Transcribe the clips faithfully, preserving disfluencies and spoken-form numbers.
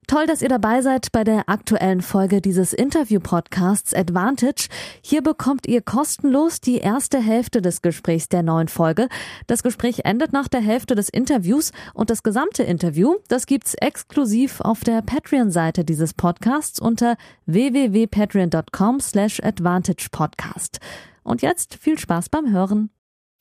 Toll, dass ihr dabei seid bei der aktuellen Folge dieses Interview-Podcasts Advantage. Hier bekommt ihr kostenlos die erste Hälfte des Gesprächs der neuen Folge. Das Gespräch endet nach der Hälfte des Interviews und das gesamte Interview, das gibt's exklusiv auf der Patreon-Seite dieses Podcasts unter w w w punkt patreon punkt com slash advantage podcast. Und jetzt viel Spaß beim Hören.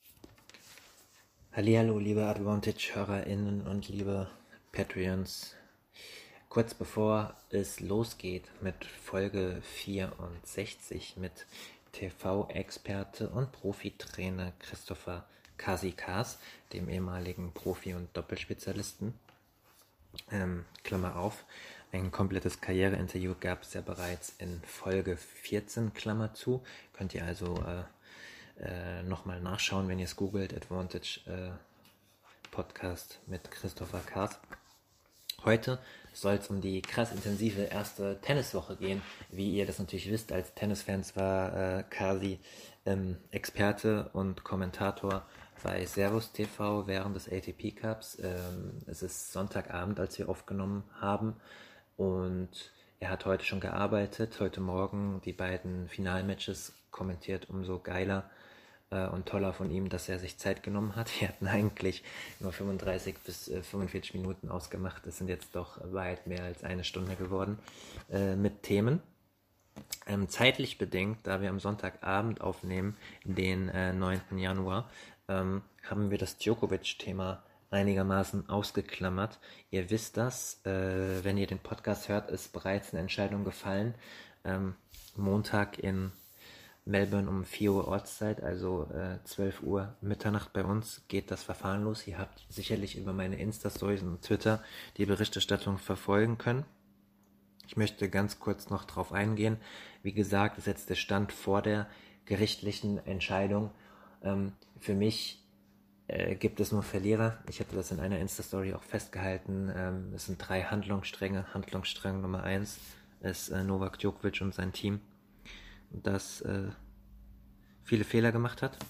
Hallihallo, liebe Advantage-HörerInnen und liebe Patreons. Kurz bevor es losgeht mit Folge vierundsechzig mit T V-Experte und Profitrainer Christopher Kasikas, dem ehemaligen Profi- und Doppelspezialisten, ähm, Klammer auf, ein komplettes Karriereinterview gab es ja bereits in Folge vierzehn, Klammer zu. Könnt ihr also äh, äh, nochmal nachschauen, wenn ihr es googelt, Advantage äh, Podcast mit Christopher Kas. Heute soll es um die krass intensive erste Tenniswoche gehen. Wie ihr das natürlich wisst, als Tennisfans war äh, Kasi ähm, Experte und Kommentator bei Servus T V während des A T P Cups. Ähm, es ist Sonntagabend, als wir aufgenommen haben, und er hat heute schon gearbeitet, heute Morgen die beiden Finalmatches kommentiert. Umso geiler und toller von ihm, dass er sich Zeit genommen hat. Wir hatten eigentlich nur fünfunddreißig bis fünfundvierzig Minuten ausgemacht. Es sind jetzt doch weit mehr als eine Stunde geworden äh, mit Themen. Ähm, zeitlich bedingt, da wir am Sonntagabend aufnehmen, den äh, neunten Januar, ähm, haben wir das Djokovic-Thema einigermaßen ausgeklammert. Ihr wisst das, äh, wenn ihr den Podcast hört, ist bereits eine Entscheidung gefallen. Ähm, Montag in Melbourne um vier Uhr Ortszeit, also äh, zwölf Uhr Mitternacht bei uns, geht das Verfahren los. Ihr habt sicherlich über meine Insta-Stories und Twitter die Berichterstattung verfolgen können. Ich möchte ganz kurz noch drauf eingehen. Wie gesagt, das ist jetzt der Stand vor der gerichtlichen Entscheidung. Ähm, für mich äh, gibt es nur Verlierer. Ich hatte das in einer Insta-Story auch festgehalten. Ähm, es sind drei Handlungsstränge. Handlungsstrang Nummer eins ist äh, Novak Djokovic und sein Team, das äh, viele Fehler gemacht hat.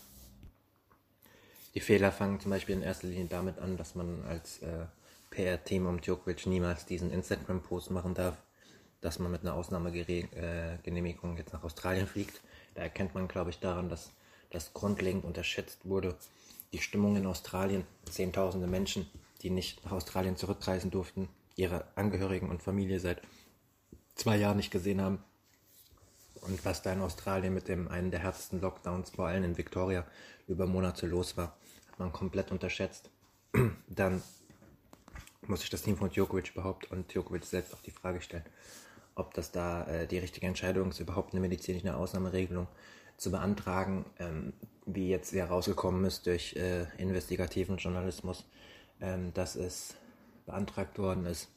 Die Fehler fangen zum Beispiel in erster Linie damit an, dass man als äh, P R-Team um Djokovic niemals diesen Instagram-Post machen darf, dass man mit einer Ausnahmegenehmigung jetzt nach Australien fliegt. Da erkennt man, glaube ich, daran, dass das grundlegend unterschätzt wurde. Die Stimmung in Australien, zehntausende Menschen, die nicht nach Australien zurückreisen durften, ihre Angehörigen und Familie seit zwei Jahren nicht gesehen haben. Und was da in Australien mit dem einen der härtesten Lockdowns, vor allem in Victoria, über Monate los war, hat man komplett unterschätzt. Dann muss sich das Team von Djokovic überhaupt und Djokovic selbst auch die Frage stellen, ob das da äh, die richtige Entscheidung ist, überhaupt eine medizinische Ausnahmeregelung zu beantragen, ähm, wie jetzt herausgekommen ist durch äh, investigativen Journalismus, ähm, dass es beantragt worden ist,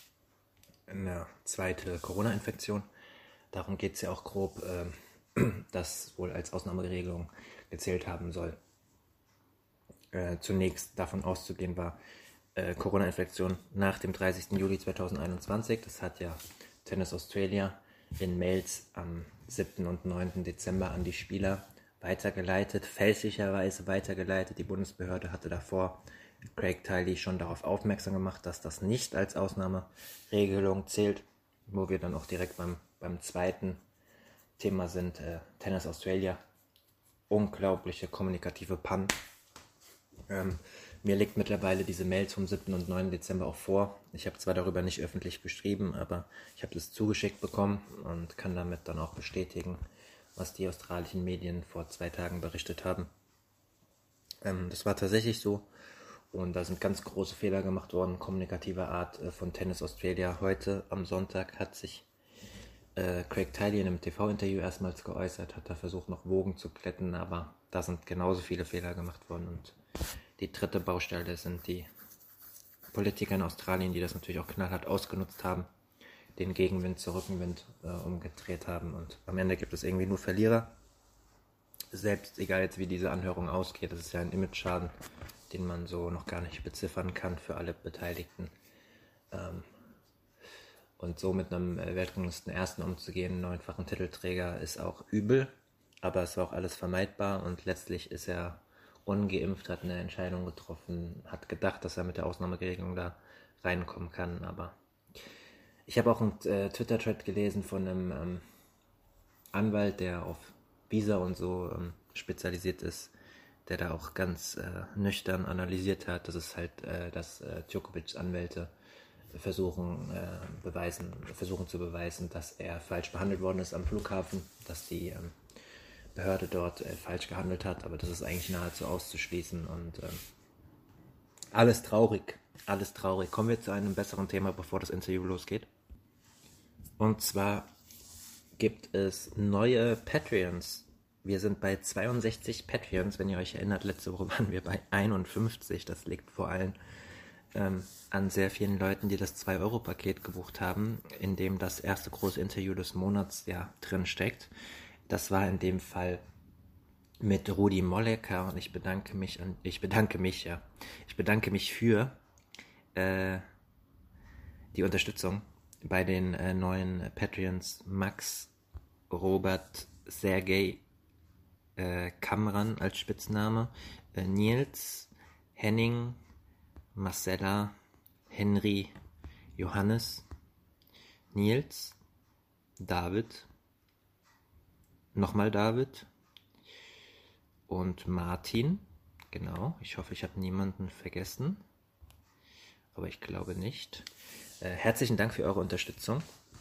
eine zweite Corona-Infektion. Darum geht es ja auch grob, äh, das wohl als Ausnahmeregelung gezählt haben soll. Äh, zunächst davon auszugehen war äh, Corona-Infektion nach dem dreißigsten Juli zweitausendeinundzwanzig. Das hat ja Tennis Australia in Mails am siebten und neunten Dezember an die Spieler weitergeleitet, fälschlicherweise weitergeleitet. Die Bundesbehörde hatte davor Craig Tiley schon darauf aufmerksam gemacht, dass das nicht als Ausnahmeregelung zählt, wo wir dann auch direkt beim Beim zweiten Thema sind, äh, Tennis Australia. Unglaubliche kommunikative Pannen. Ähm, mir liegt mittlerweile diese Mails vom siebten und neunten Dezember auch vor. Ich habe zwar darüber nicht öffentlich geschrieben, aber ich habe das zugeschickt bekommen und kann damit dann auch bestätigen, was die australischen Medien vor zwei Tagen berichtet haben. Ähm, das war tatsächlich so. Und da sind ganz große Fehler gemacht worden, kommunikativer Art äh, von Tennis Australia. Heute am Sonntag hat sich Äh, Craig Tiley in einem T V-Interview erstmals geäußert, hat da versucht, noch Wogen zu glätten, aber da sind genauso viele Fehler gemacht worden. Und die dritte Baustelle sind die Politiker in Australien, die das natürlich auch knallhart ausgenutzt haben, den Gegenwind zu Rückenwind äh, umgedreht haben. Und am Ende gibt es irgendwie nur Verlierer. Selbst egal jetzt, wie diese Anhörung ausgeht, das ist ja ein Image-Schaden, den man so noch gar nicht beziffern kann für alle Beteiligten. Ähm, Und so mit einem weltranglisten Ersten umzugehen, neunfachen Titelträger, ist auch übel. Aber es war auch alles vermeidbar und letztlich ist er ungeimpft, hat eine Entscheidung getroffen, hat gedacht, dass er mit der Ausnahmeregelung da reinkommen kann. Aber Ich habe auch einen äh, Twitter-Thread gelesen von einem ähm, Anwalt, der auf Visa und so ähm, spezialisiert ist, der da auch ganz äh, nüchtern analysiert hat, dass es halt, äh, dass äh, Djokovics Anwälte versuchen, äh, beweisen, versuchen zu beweisen, dass er falsch behandelt worden ist am Flughafen, dass die ähm, Behörde dort äh, falsch gehandelt hat, aber das ist eigentlich nahezu auszuschließen und ähm, alles traurig, alles traurig. Kommen wir zu einem besseren Thema, bevor das Interview losgeht. Und zwar gibt es neue Patreons. Wir sind bei zweiundsechzig Patreons, wenn ihr euch erinnert, letzte Woche waren wir bei einundfünfzig. Das liegt vor allem ähm, an sehr vielen Leuten, die das zwei Euro Paket gebucht haben, in dem das erste große Interview des Monats ja drin steckt. Das war in dem Fall mit Rudi Mollecker und ich bedanke mich an, ich bedanke mich, ja, ich bedanke mich für äh, die Unterstützung bei den äh, neuen Patreons Max, Robert, Sergej, äh, Kamran als Spitzname, äh, Nils, Henning, Marcella, Henry, Johannes, Nils, David, nochmal David und Martin. Genau, ich hoffe, ich habe niemanden vergessen, aber ich glaube nicht. Äh, herzlichen Dank für eure Unterstützung.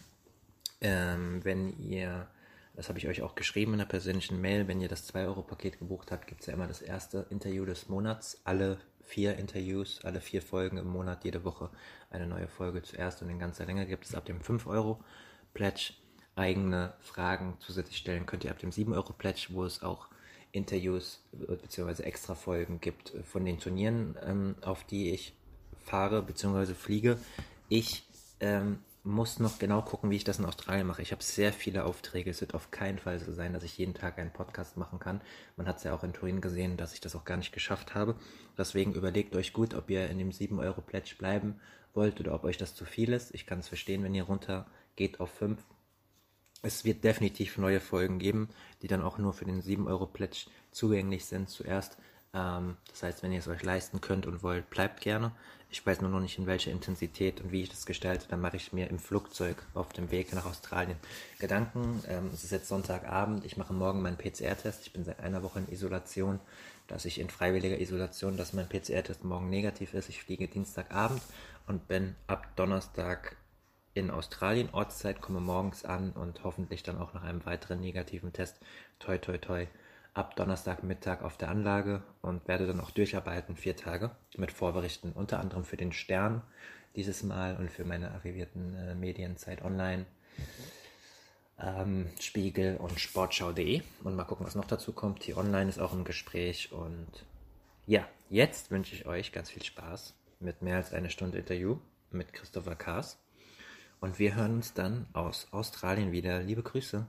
Ähm, wenn ihr, das habe ich euch auch geschrieben in einer persönlichen Mail, wenn ihr das zwei Euro Paket gebucht habt, gibt es ja immer das erste Interview des Monats. Alle vier Interviews, alle vier Folgen im Monat, jede Woche eine neue Folge zuerst und in ganzer Länge gibt es ab dem fünf Euro Pledge. Eigene Fragen zusätzlich stellen könnt ihr ab dem sieben Euro Pledge, wo es auch Interviews bzw. extra Folgen gibt von den Turnieren, ähm, auf die ich fahre bzw. fliege. Ich ähm, muss noch genau gucken, wie ich das in Australien mache. Ich habe sehr viele Aufträge. Es wird auf keinen Fall so sein, dass ich jeden Tag einen Podcast machen kann. Man hat es ja auch in Turin gesehen, dass ich das auch gar nicht geschafft habe. Deswegen überlegt euch gut, ob ihr in dem sieben Euro Pledge bleiben wollt oder ob euch das zu viel ist. Ich kann es verstehen, wenn ihr runter geht auf fünf. Es wird definitiv neue Folgen geben, die dann auch nur für den sieben Euro Pledge zugänglich sind zuerst. Ähm, das heißt, wenn ihr es euch leisten könnt und wollt, bleibt gerne. Ich weiß nur noch nicht, in welcher Intensität und wie ich das gestalte. Dann mache ich mir im Flugzeug auf dem Weg nach Australien Gedanken. Ähm, es ist jetzt Sonntagabend. Ich mache morgen meinen P C R-Test. Ich bin seit einer Woche in Isolation, dass ich in freiwilliger Isolation, dass mein P C R-Test morgen negativ ist. Ich fliege Dienstagabend und bin ab Donnerstag in Australien, Ortszeit, komme morgens an und hoffentlich dann auch nach einem weiteren negativen Test, toi toi toi, ab Donnerstagmittag auf der Anlage und werde dann auch durcharbeiten, vier Tage, mit Vorberichten, unter anderem für den Stern dieses Mal und für meine arrivierten äh, Medien Zeit Online, ähm, Spiegel und Sportschau punkt de und mal gucken, was noch dazu kommt. T Online ist auch im Gespräch und ja, jetzt wünsche ich euch ganz viel Spaß mit mehr als eine Stunde Interview mit Christopher Kaas. Und wir hören uns dann aus Australien wieder. Liebe Grüße.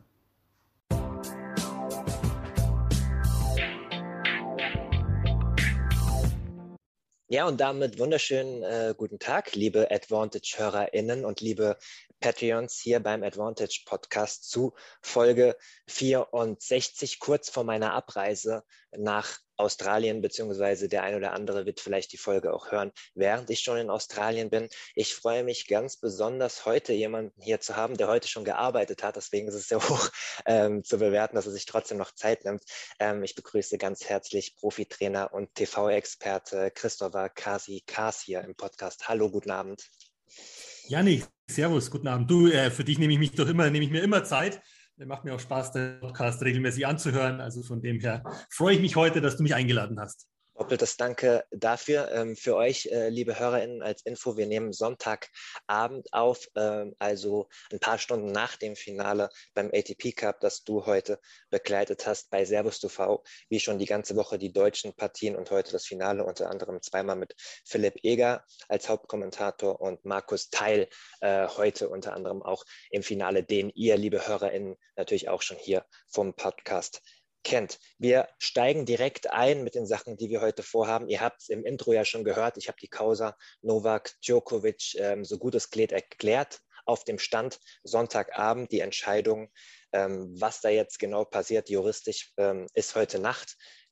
Ja, und damit wunderschönen äh, guten Tag, liebe Advantage-HörerInnen und liebe Patreons hier beim Advantage Podcast zu Folge vierundsechzig, kurz vor meiner Abreise nach Australien, beziehungsweise der ein oder andere wird vielleicht die Folge auch hören, während ich schon in Australien bin. Ich freue mich ganz besonders, heute jemanden hier zu haben, der heute schon gearbeitet hat. Deswegen ist es sehr hoch ähm, zu bewerten, dass er sich trotzdem noch Zeit nimmt. Ähm, ich begrüße ganz herzlich Profitrainer und T V-Experte Christopher Kasi Kaas hier im Podcast. Hallo, guten Abend. Janik, servus, guten Abend. Du, äh, für dich nehme ich mich doch immer, nehme ich mir immer Zeit. Macht mir auch Spaß, den Podcast regelmäßig anzuhören. Also von dem her freue ich mich heute, dass du mich eingeladen hast. Doppeltes Danke dafür. Ähm, für euch, äh, liebe HörerInnen, als Info, wir nehmen Sonntagabend auf, ähm, also ein paar Stunden nach dem Finale beim A T P Cup, das du heute begleitet hast bei Servus T V, wie schon die ganze Woche die deutschen Partien und heute das Finale, unter anderem zweimal mit Philipp Eger als Hauptkommentator und Markus Theil äh, heute unter anderem auch im Finale, den ihr, liebe HörerInnen, natürlich auch schon hier vom Podcast kennt. Wir steigen direkt ein mit den Sachen, die wir heute vorhaben. Ihr habt es im Intro ja schon gehört. Ich habe die Causa Novak Djokovic ähm, so gut es geht erklärt auf dem Stand Sonntagabend. Die Entscheidung, ähm, was da jetzt genau passiert juristisch, ähm, ist heute Nacht.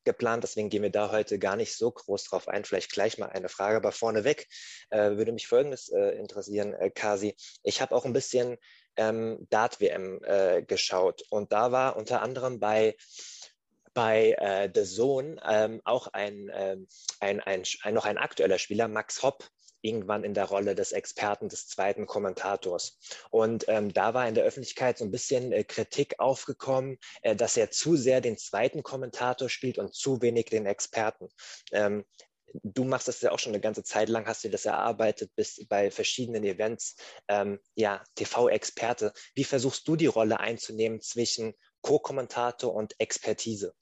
geplant, deswegen gehen wir da heute gar nicht so groß drauf ein. Vielleicht gleich mal eine Frage, aber vorneweg äh, würde mich Folgendes äh, interessieren, äh, Kasi. Ich habe auch ein bisschen ähm, Dart-W M äh, geschaut und da war unter anderem bei bei äh, The Zone ähm, auch ein, ähm, ein, ein, ein, noch ein aktueller Spieler, Max Hopp, irgendwann in der Rolle des Experten, des zweiten Kommentators. Und ähm, da war in der Öffentlichkeit so ein bisschen äh, Kritik aufgekommen, äh, dass er zu sehr den zweiten Kommentator spielt und zu wenig den Experten. Ähm, du machst das ja auch schon eine ganze Zeit lang, hast dir das erarbeitet, bist bei verschiedenen Events, ähm, ja, T V-Experte. Wie versuchst du die Rolle einzunehmen zwischen Co-Kommentator und Expertise?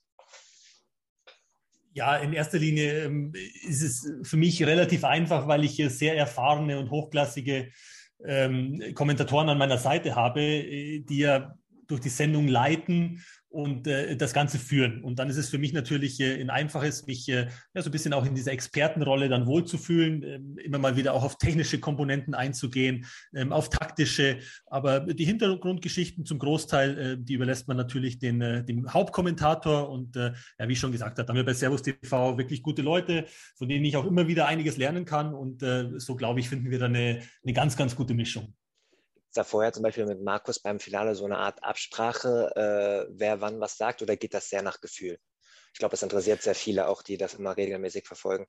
Ja, in erster Linie ähm, ist es für mich relativ einfach, weil ich hier sehr erfahrene und hochklassige ähm, Kommentatoren an meiner Seite habe, die ja durch die Sendung leiten und äh, das Ganze führen. Und dann ist es für mich natürlich äh, ein einfaches, mich äh, ja, so ein bisschen auch in dieser Expertenrolle dann wohlzufühlen, äh, immer mal wieder auch auf technische Komponenten einzugehen, äh, auf taktische. Aber die Hintergrundgeschichten zum Großteil, äh, die überlässt man natürlich den, äh, dem Hauptkommentator. Und äh, ja, wie ich schon gesagt habe, haben wir bei Servus T V wirklich gute Leute, von denen ich auch immer wieder einiges lernen kann. Und äh, so, glaube ich, finden wir da eine, eine ganz, ganz gute Mischung. Da vorher zum Beispiel mit Markus beim Finale so eine Art Absprache, äh, wer wann was sagt, oder geht das sehr nach Gefühl? Ich glaube, das interessiert sehr viele auch, die das immer regelmäßig verfolgen.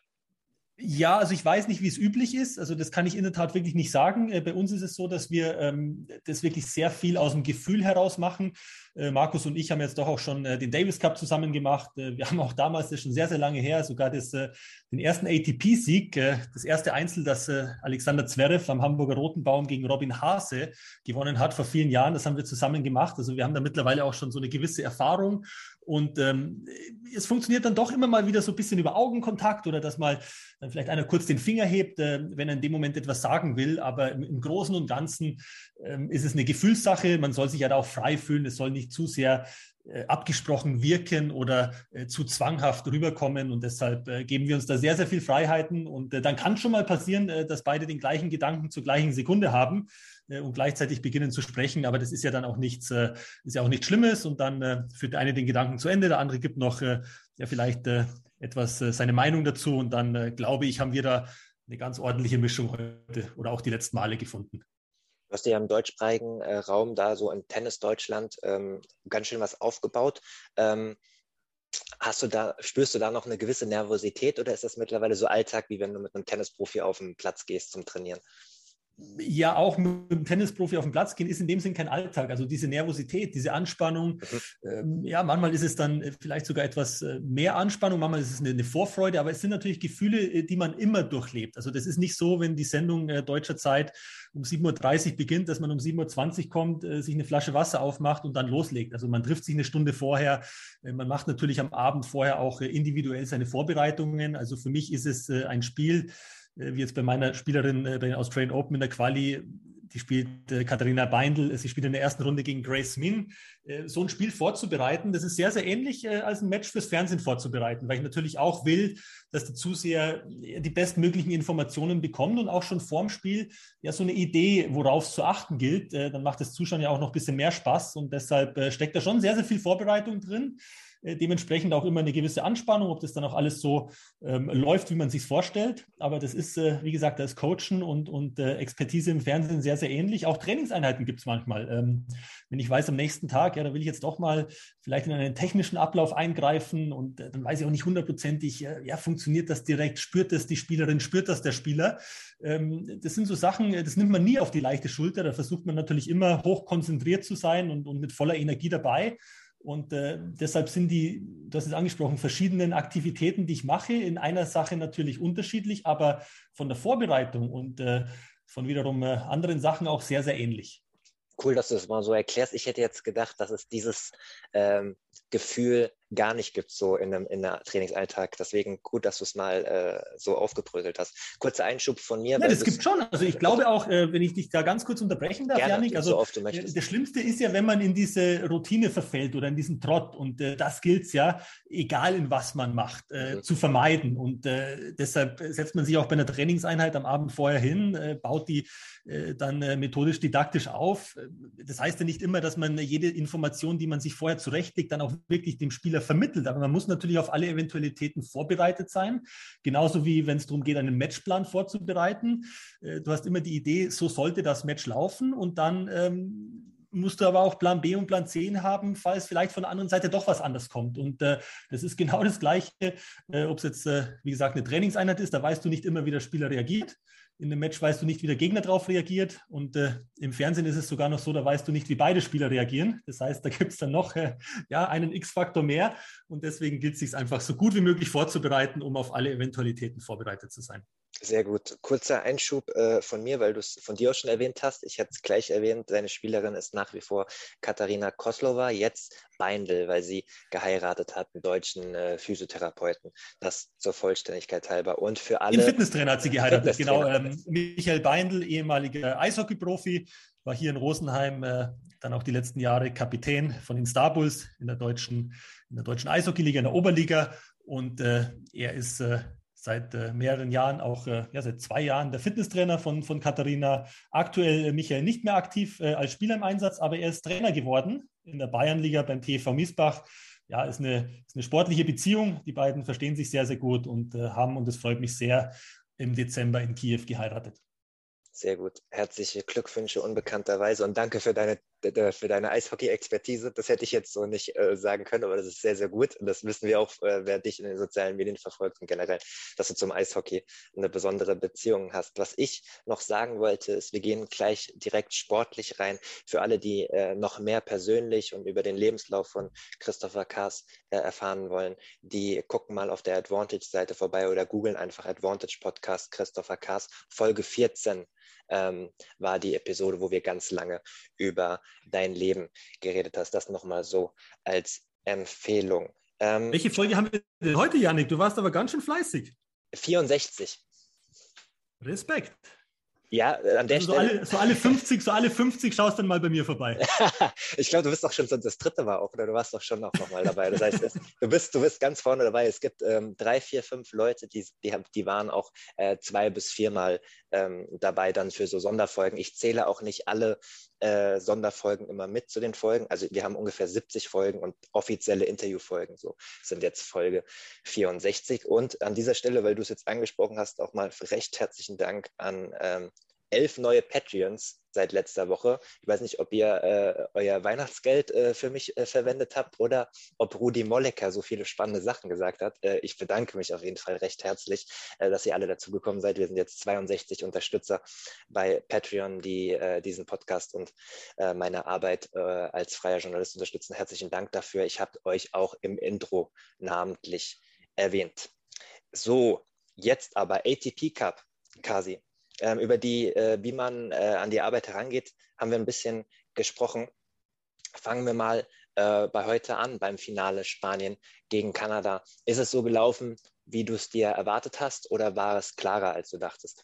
Ja, also ich weiß nicht, wie es üblich ist. Also das kann ich in der Tat wirklich nicht sagen. Äh, bei uns ist es so, dass wir ähm, das wirklich sehr viel aus dem Gefühl heraus machen. Äh, Markus und ich haben jetzt doch auch schon äh, den Davis Cup zusammen gemacht. Äh, wir haben auch damals, das ist schon sehr, sehr lange her, sogar das, äh, den ersten A T P-Sieg, äh, das erste Einzel, das äh, Alexander Zverev am Hamburger Rotenbaum gegen Robin Haase gewonnen hat vor vielen Jahren. Das haben wir zusammen gemacht. Also wir haben da mittlerweile auch schon so eine gewisse Erfahrung. Und ähm, es funktioniert dann doch immer mal wieder so ein bisschen über Augenkontakt oder dass mal dann vielleicht einer kurz den Finger hebt, äh, wenn er in dem Moment etwas sagen will. Aber im, im Großen und Ganzen ähm, ist es eine Gefühlssache. Man soll sich ja da auch frei fühlen. Es soll nicht zu sehr äh, abgesprochen wirken oder äh, zu zwanghaft rüberkommen. Und deshalb äh, geben wir uns da sehr, sehr viel Freiheiten. Und äh, dann kann schon mal passieren, äh, dass beide den gleichen Gedanken zur gleichen Sekunde haben und gleichzeitig beginnen zu sprechen. Aber das ist ja dann auch nichts, äh, ist ja auch nichts Schlimmes. Und dann äh, führt der eine den Gedanken zu Ende, der andere gibt noch äh, ja vielleicht äh, etwas äh, seine Meinung dazu. Und dann äh, glaube ich, haben wir da eine ganz ordentliche Mischung heute oder auch die letzten Male gefunden. Du hast ja im deutschsprachigen äh, Raum da so in Tennis Deutschland ähm, ganz schön was aufgebaut. Ähm, hast du da, spürst du da noch eine gewisse Nervosität oder ist das mittlerweile so Alltag, wie wenn du mit einem Tennisprofi auf den Platz gehst zum Trainieren? Ja, auch mit dem Tennisprofi auf den Platz gehen ist in dem Sinn kein Alltag. Also diese Nervosität, diese Anspannung, mhm. ähm, ja, manchmal ist es dann vielleicht sogar etwas mehr Anspannung, manchmal ist es eine, eine Vorfreude, aber es sind natürlich Gefühle, die man immer durchlebt. Also das ist nicht so, wenn die Sendung äh, deutscher Zeit um sieben Uhr dreißig beginnt, dass man um sieben Uhr zwanzig kommt, äh, sich eine Flasche Wasser aufmacht und dann loslegt. Also man trifft sich eine Stunde vorher. Äh, man macht natürlich am Abend vorher auch äh, individuell seine Vorbereitungen. Also für mich ist es äh, ein Spiel, wie jetzt bei meiner Spielerin bei den Australian Open in der Quali, die spielt äh, Katharina Beindl, sie spielt in der ersten Runde gegen Grace Min. Äh, so ein Spiel vorzubereiten, das ist sehr, sehr ähnlich äh, als ein Match fürs Fernsehen vorzubereiten, weil ich natürlich auch will, dass der Zuseher die bestmöglichen Informationen bekommt und auch schon vorm Spiel ja so eine Idee, worauf es zu achten gilt. Äh, dann macht das Zuschauen ja auch noch ein bisschen mehr Spaß und deshalb äh, steckt da schon sehr, sehr viel Vorbereitung drin. Dementsprechend auch immer eine gewisse Anspannung, ob das dann auch alles so ähm, läuft, wie man sich vorstellt. Aber das ist, äh, wie gesagt, da ist Coachen und, und äh, Expertise im Fernsehen sehr, sehr ähnlich. Auch Trainingseinheiten gibt es manchmal. Ähm, wenn ich weiß, am nächsten Tag, ja, da will ich jetzt doch mal vielleicht in einen technischen Ablauf eingreifen und äh, dann weiß ich auch nicht hundertprozentig, äh, ja, funktioniert das direkt, spürt das die Spielerin, spürt das der Spieler. Ähm, das sind so Sachen, das nimmt man nie auf die leichte Schulter. Da versucht man natürlich immer hoch konzentriert zu sein und, und mit voller Energie dabei. Und äh, deshalb sind die, du hast es angesprochen, verschiedenen Aktivitäten, die ich mache, in einer Sache natürlich unterschiedlich, aber von der Vorbereitung und äh, von wiederum äh, anderen Sachen auch sehr, sehr ähnlich. Cool, dass du das mal so erklärst. Ich hätte jetzt gedacht, dass es dieses ähm, Gefühl gar nicht gibt, so in einem, in einem Trainingsalltag. Deswegen gut, dass du es mal äh, so aufgebröselt hast. Kurzer Einschub von mir. Ja, das gibt schon. Also ich glaube auch, äh, wenn ich dich da ganz kurz unterbrechen darf, Jannik, also so oft du möchtest. Das Schlimmste ist ja, wenn man in diese Routine verfällt oder in diesen Trott und äh, das gilt es ja, egal in was man macht, äh, mhm. zu vermeiden und äh, deshalb setzt man sich auch bei einer Trainingseinheit am Abend vorher hin, äh, baut die äh, dann äh, methodisch didaktisch auf. Das heißt ja nicht immer, dass man jede Information, die man sich vorher zurechtlegt, dann auch wirklich dem Spieler Spieler vermittelt. Aber man muss natürlich auf alle Eventualitäten vorbereitet sein. Genauso wie wenn es darum geht, einen Matchplan vorzubereiten. Äh, du hast immer die Idee, so sollte das Match laufen. Und dann ähm, musst du aber auch Plan B und Plan C haben, falls vielleicht von der anderen Seite doch was anderes kommt. Und äh, das ist genau das Gleiche, äh, ob es jetzt, äh, wie gesagt, eine Trainingseinheit ist, da weißt du nicht immer, wie der Spieler reagiert. In einem Match weißt du nicht, wie der Gegner darauf reagiert. Und äh, im Fernsehen ist es sogar noch so, da weißt du nicht, wie beide Spieler reagieren. Das heißt, da gibt es dann noch äh, ja, einen X-Faktor mehr. Und deswegen gilt es sich einfach so gut wie möglich vorzubereiten, um auf alle Eventualitäten vorbereitet zu sein. Sehr gut. Kurzer Einschub äh, von mir, weil du es von dir auch schon erwähnt hast. Ich hatte es gleich erwähnt, seine Spielerin ist nach wie vor Katarina Kozlova, jetzt Beindl, weil sie geheiratet hat, einen deutschen äh, Physiotherapeuten. Das zur Vollständigkeit halber. Und für alle... Den Fitnesstrainer hat sie geheiratet, genau. Ähm, Michael Beindl, ehemaliger Eishockey-Profi, war hier in Rosenheim äh, dann auch die letzten Jahre Kapitän von den Star Bulls in der deutschen, in der deutschen Eishockey-Liga, in der Oberliga. Und äh, er ist... Äh, seit äh, mehreren Jahren, auch äh, ja, seit zwei Jahren der Fitnesstrainer von, von Katharina. Aktuell äh, Michael nicht mehr aktiv äh, als Spieler im Einsatz, aber er ist Trainer geworden in der Bayernliga beim T V Miesbach. Ja, ist eine, ist eine sportliche Beziehung. Die beiden verstehen sich sehr, sehr gut und äh, haben, und es freut mich sehr, im Dezember in Kiew geheiratet. Sehr gut. Herzliche Glückwünsche unbekannterweise und danke für deine, für deine Eishockey-Expertise. Das hätte ich jetzt so nicht äh, sagen können, aber das ist sehr, sehr gut. Und das wissen wir auch, äh, wer dich in den sozialen Medien verfolgt und generell, dass du zum Eishockey eine besondere Beziehung hast. Was ich noch sagen wollte, ist, wir gehen gleich direkt sportlich rein. Für alle, die äh, noch mehr persönlich und über den Lebenslauf von Christopher Kaas äh, erfahren wollen, die gucken mal auf der Advantage-Seite vorbei oder googeln einfach Advantage Podcast Christopher Kaas, Folge vierzehn. Ähm, war die Episode, wo wir ganz lange über dein Leben geredet hast. Das nochmal so als Empfehlung. Ähm, Welche Folge haben wir denn heute, Jannik? Du warst aber ganz schön fleißig. vierundsechzig. Respekt. Ja, an der also so Stelle. Alle, so alle fünfzig, so alle fünfzig schaust dann mal bei mir vorbei. Ich glaube, du bist doch schon, das dritte war auch, oder du warst doch schon auch noch mal dabei. Das heißt, es, du, bist, du bist ganz vorne dabei. Es gibt ähm, drei, vier, fünf Leute, die, die, die waren auch äh, zwei bis viermal ähm, dabei dann für so Sonderfolgen. Ich zähle auch nicht alle äh, Sonderfolgen immer mit zu den Folgen. Also wir haben ungefähr siebzig Folgen und offizielle Interviewfolgen. So sind jetzt Folge vierundsechzig. Und an dieser Stelle, weil du es jetzt angesprochen hast, auch mal recht herzlichen Dank an ähm, elf neue Patreons seit letzter Woche. Ich weiß nicht, ob ihr äh, euer Weihnachtsgeld äh, für mich äh, verwendet habt oder ob Rudi Mollecker so viele spannende Sachen gesagt hat. Äh, ich bedanke mich auf jeden Fall recht herzlich, äh, dass ihr alle dazugekommen seid. Wir sind jetzt zweiundsechzig Unterstützer bei Patreon, die äh, diesen Podcast und äh, meine Arbeit äh, als freier Journalist unterstützen. Herzlichen Dank dafür. Ich habe euch auch im Intro namentlich erwähnt. So, jetzt aber A T P Cup, Kasi. Ähm, über die, äh, wie man äh, an die Arbeit herangeht, haben wir ein bisschen gesprochen. Fangen wir mal äh, bei heute an, beim Finale Spanien gegen Kanada. Ist es so gelaufen, wie du es dir erwartet hast, oder war es klarer, als du dachtest?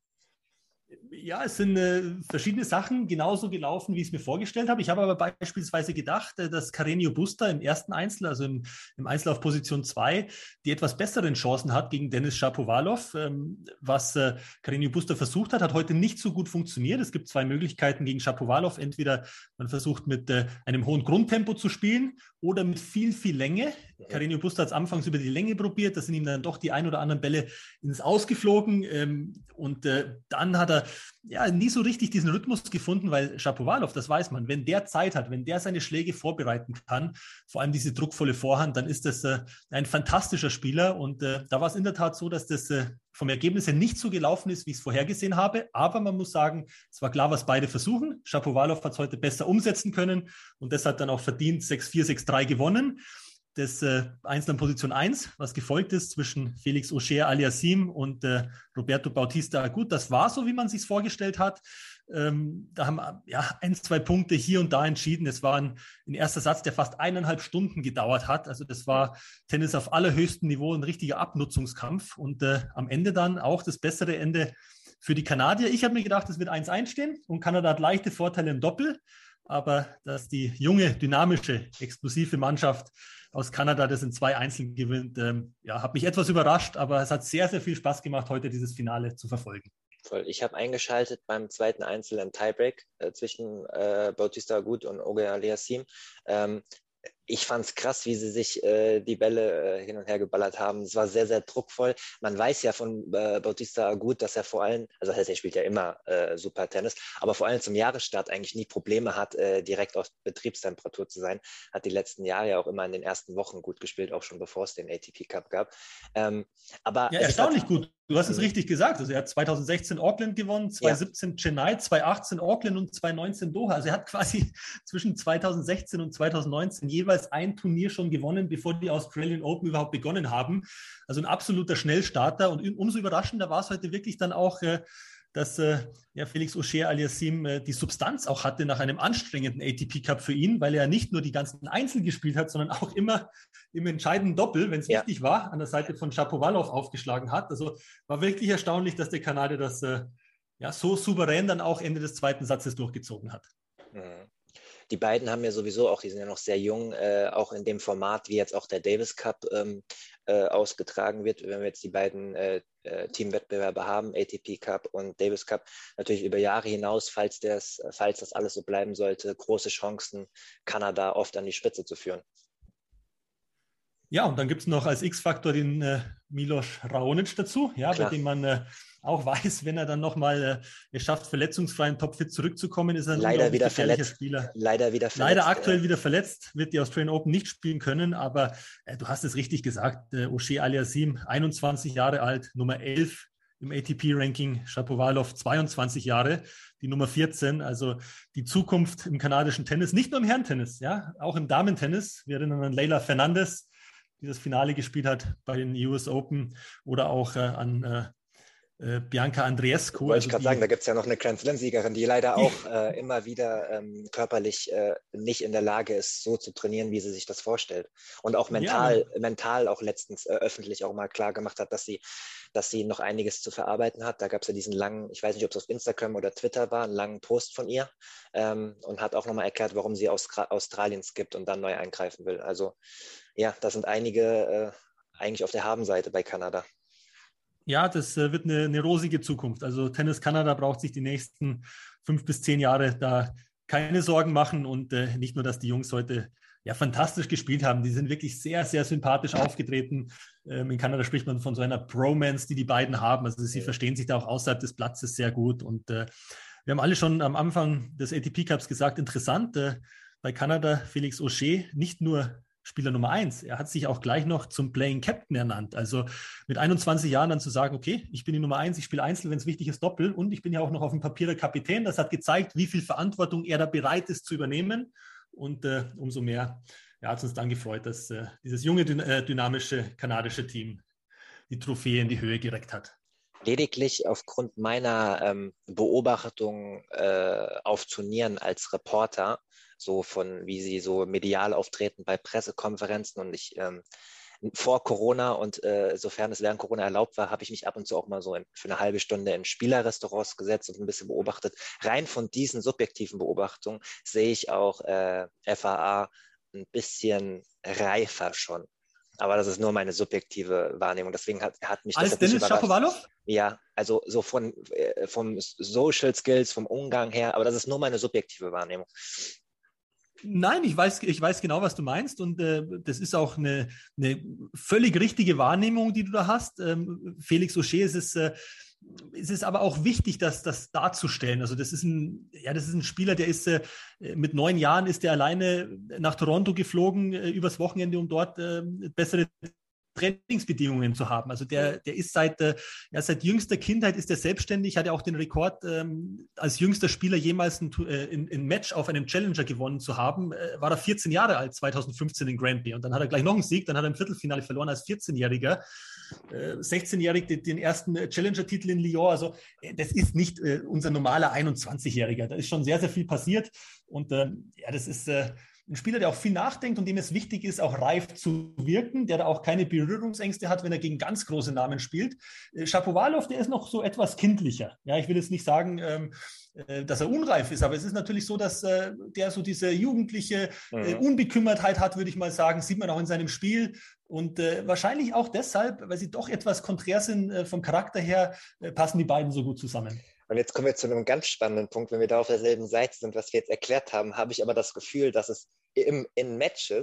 Ja, es sind äh, verschiedene Sachen genauso gelaufen, wie ich es mir vorgestellt habe. Ich habe aber beispielsweise gedacht, äh, dass Carreño Busta im ersten Einzel, also im, im Einzel auf Position zwei, die etwas besseren Chancen hat gegen Denis Shapovalov. Ähm, was äh, Carreño Busta versucht hat, hat heute nicht so gut funktioniert. Es gibt zwei Möglichkeiten gegen Shapovalov. Entweder man versucht mit äh, einem hohen Grundtempo zu spielen oder mit viel, viel Länge. Carreño Busta hat es anfangs über die Länge probiert. Da sind ihm dann doch die ein oder anderen Bälle ins Ausgeflogen. Ähm, und äh, dann hat er ja nie so richtig diesen Rhythmus gefunden, weil Shapovalov, das weiß man, wenn der Zeit hat, wenn der seine Schläge vorbereiten kann, vor allem diese druckvolle Vorhand, dann ist das äh, ein fantastischer Spieler. Und äh, da war es in der Tat so, dass das äh, vom Ergebnis her nicht so gelaufen ist, wie ich es vorhergesehen habe. Aber man muss sagen, es war klar, was beide versuchen. Shapovalov hat es heute besser umsetzen können und das hat dann auch verdient sechs vier, sechs drei gewonnen. Das äh, Einzel an Position eins, was gefolgt ist zwischen Felix Auger-Aliassime und äh, Roberto Bautista Agut. Das war so, wie man sich vorgestellt hat. Ähm, da haben ja ein, zwei Punkte hier und da entschieden. Es war ein, ein erster Satz, der fast eineinhalb Stunden gedauert hat. Also das war Tennis auf allerhöchstem Niveau, ein richtiger Abnutzungskampf. Und äh, am Ende dann auch das bessere Ende für die Kanadier. Ich habe mir gedacht, es wird eins eins stehen und Kanada hat leichte Vorteile im Doppel. Aber dass die junge, dynamische, explosive Mannschaft aus Kanada das in zwei Einzeln gewinnt, ähm, ja, hat mich etwas überrascht, aber es hat sehr, sehr viel Spaß gemacht, heute dieses Finale zu verfolgen. Voll. Ich habe eingeschaltet beim zweiten Einzel im Tiebreak äh, zwischen äh, Bautista Agut und Auger-Aliassime. Ähm, Ich fand es krass, wie sie sich äh, die Bälle äh, hin und her geballert haben. Es war sehr, sehr druckvoll. Man weiß ja von äh, Bautista Agut, dass er vor allem, also das heißt, er spielt ja immer äh, super Tennis, aber vor allem zum Jahresstart eigentlich nie Probleme hat, äh, direkt auf Betriebstemperatur zu sein. Hat die letzten Jahre ja auch immer in den ersten Wochen gut gespielt, auch schon bevor es den A T P Cup gab. Ähm, aber Ja, es erstaunlich hat, gut. Du hast es richtig gesagt. Also er hat zwanzig sechzehn Auckland gewonnen, zwanzig siebzehn Chennai, zwanzig achtzehn Auckland und zwanzig neunzehn Doha. Also er hat quasi zwischen zwanzig sechzehn und zwanzig neunzehn jeweils ein Turnier schon gewonnen, bevor die Australian Open überhaupt begonnen haben. Also ein absoluter Schnellstarter. Und umso überraschender war es heute wirklich dann auch, dass äh, ja, Felix Auger-Aliassime äh, die Substanz auch hatte nach einem anstrengenden A T P Cup für ihn, weil er nicht nur die ganzen Einzel gespielt hat, sondern auch immer im entscheidenden Doppel, wenn es ja. wichtig war, an der Seite von Shapovalov aufgeschlagen hat. Also war wirklich erstaunlich, dass der Kanadier das äh, ja, so souverän dann auch Ende des zweiten Satzes durchgezogen hat. Mhm. Die beiden haben ja sowieso auch, die sind ja noch sehr jung, äh, auch in dem Format, wie jetzt auch der Davis Cup ähm, äh, ausgetragen wird, wenn wir jetzt die beiden äh, äh, Teamwettbewerbe haben, A T P Cup und Davis Cup, natürlich über Jahre hinaus, falls, des, falls das alles so bleiben sollte, große Chancen, Kanada oft an die Spitze zu führen. Ja, und dann gibt es noch als X-Faktor den äh, Milos Raonic dazu, ja, bei dem man äh, auch weiß, wenn er dann nochmal äh, es schafft, verletzungsfrei in Topfit zurückzukommen, ist er ein leider wieder gefährlicher verletzt. Spieler. Leider wieder verletzt. Leider aktuell äh, wieder verletzt, wird die Australian Open nicht spielen können, aber äh, du hast es richtig gesagt, äh, Auger-Aliassime, einundzwanzig Jahre alt, Nummer elf im A T P-Ranking, Shapovalov zweiundzwanzig Jahre, die Nummer vierzehn, also die Zukunft im kanadischen Tennis, nicht nur im Herrentennis, ja, auch im Damentennis. Wir erinnern an Leylah Fernandez, die das Finale gespielt hat bei den U S Open, oder auch äh, an äh, äh, Bianca Andreescu. Wollte also ich gerade sagen, da gibt es ja noch eine Grand Slam-Siegerin, die leider auch äh, immer wieder ähm, körperlich äh, nicht in der Lage ist, so zu trainieren, wie sie sich das vorstellt. Und auch mental, ja, mental auch letztens äh, öffentlich auch mal klar gemacht hat, dass sie, dass sie noch einiges zu verarbeiten hat. Da gab es ja diesen langen, ich weiß nicht, ob es auf Instagram oder Twitter war, einen langen Post von ihr ähm, und hat auch nochmal erklärt, warum sie aus Australien skippt und dann neu eingreifen will. Also ja, da sind einige äh, eigentlich auf der Habenseite bei Kanada. Ja, das äh, wird eine, eine rosige Zukunft. Also Tennis Kanada braucht sich die nächsten fünf bis zehn Jahre da keine Sorgen machen. Und äh, nicht nur, dass die Jungs heute ja fantastisch gespielt haben, die sind wirklich sehr, sehr sympathisch aufgetreten. Ähm, in Kanada spricht man von so einer Bromance, die die beiden haben. Also sie ja. verstehen sich da auch außerhalb des Platzes sehr gut. Und äh, wir haben alle schon am Anfang des A T P Cups gesagt, interessant, äh, bei Kanada Felix Auger nicht nur Spieler Nummer eins. Er hat sich auch gleich noch zum Playing Captain ernannt. Also mit einundzwanzig Jahren dann zu sagen, okay, ich bin die Nummer eins, ich spiele Einzel, wenn es wichtig ist, Doppel, und ich bin ja auch noch auf dem Papier der Kapitän. Das hat gezeigt, wie viel Verantwortung er da bereit ist zu übernehmen. Und äh, umso mehr ja, hat es uns dann gefreut, dass äh, dieses junge, dyn- äh, dynamische kanadische Team die Trophäe in die Höhe gereckt hat. Lediglich aufgrund meiner ähm, Beobachtung äh, auf Turnieren als Reporter, so von wie sie so medial auftreten bei Pressekonferenzen, und ich ähm, vor Corona und äh, sofern es während Corona erlaubt war, habe ich mich ab und zu auch mal so in, für eine halbe Stunde in Spielerrestaurants gesetzt und ein bisschen beobachtet. Rein von diesen subjektiven Beobachtungen sehe ich auch äh, F A A ein bisschen reifer schon. Aber das ist nur meine subjektive Wahrnehmung. Deswegen hat, hat mich das als Dennis Shapovalov? Ja, also so von äh, vom Social Skills, vom Umgang her, aber das ist nur meine subjektive Wahrnehmung. Nein, ich weiß, ich weiß genau, was du meinst, und äh, das ist auch eine, eine völlig richtige Wahrnehmung, die du da hast. Ähm, Felix Auger, ist es, äh, es ist aber auch wichtig, das, das darzustellen. Also das ist ein, ja, das ist ein Spieler, der ist äh, mit neun Jahren ist er alleine nach Toronto geflogen äh, übers Wochenende, um dort äh, bessere Trainingsbedingungen zu haben. Also der, der ist seit, äh, ja, seit jüngster Kindheit ist er selbstständig, hat ja auch den Rekord, ähm, als jüngster Spieler jemals ein, äh, ein, ein Match auf einem Challenger gewonnen zu haben, äh, war er vierzehn Jahre alt, zweitausendfünfzehn in Granby. Und dann hat er gleich noch einen Sieg, dann hat er im Viertelfinale verloren als vierzehnjähriger. Äh, sechzehnjährig den, den ersten Challenger-Titel in Lyon. Also äh, das ist nicht äh, unser normaler einundzwanzigjähriger. Da ist schon sehr, sehr viel passiert. Und äh, ja, das ist äh, ein Spieler, der auch viel nachdenkt und dem es wichtig ist, auch reif zu wirken, der da auch keine Berührungsängste hat, wenn er gegen ganz große Namen spielt. Äh, Shapovalov, der ist noch so etwas kindlicher. Ja, ich will jetzt nicht sagen, ähm, äh, dass er unreif ist, aber es ist natürlich so, dass äh, der so diese jugendliche äh, Unbekümmertheit hat, würde ich mal sagen, sieht man auch in seinem Spiel. Und äh, wahrscheinlich auch deshalb, weil sie doch etwas konträr sind äh, vom Charakter her, äh, passen die beiden so gut zusammen. Und jetzt kommen wir zu einem ganz spannenden Punkt. Wenn wir da auf derselben Seite sind, was wir jetzt erklärt haben, habe ich aber das Gefühl, dass es im, in Matches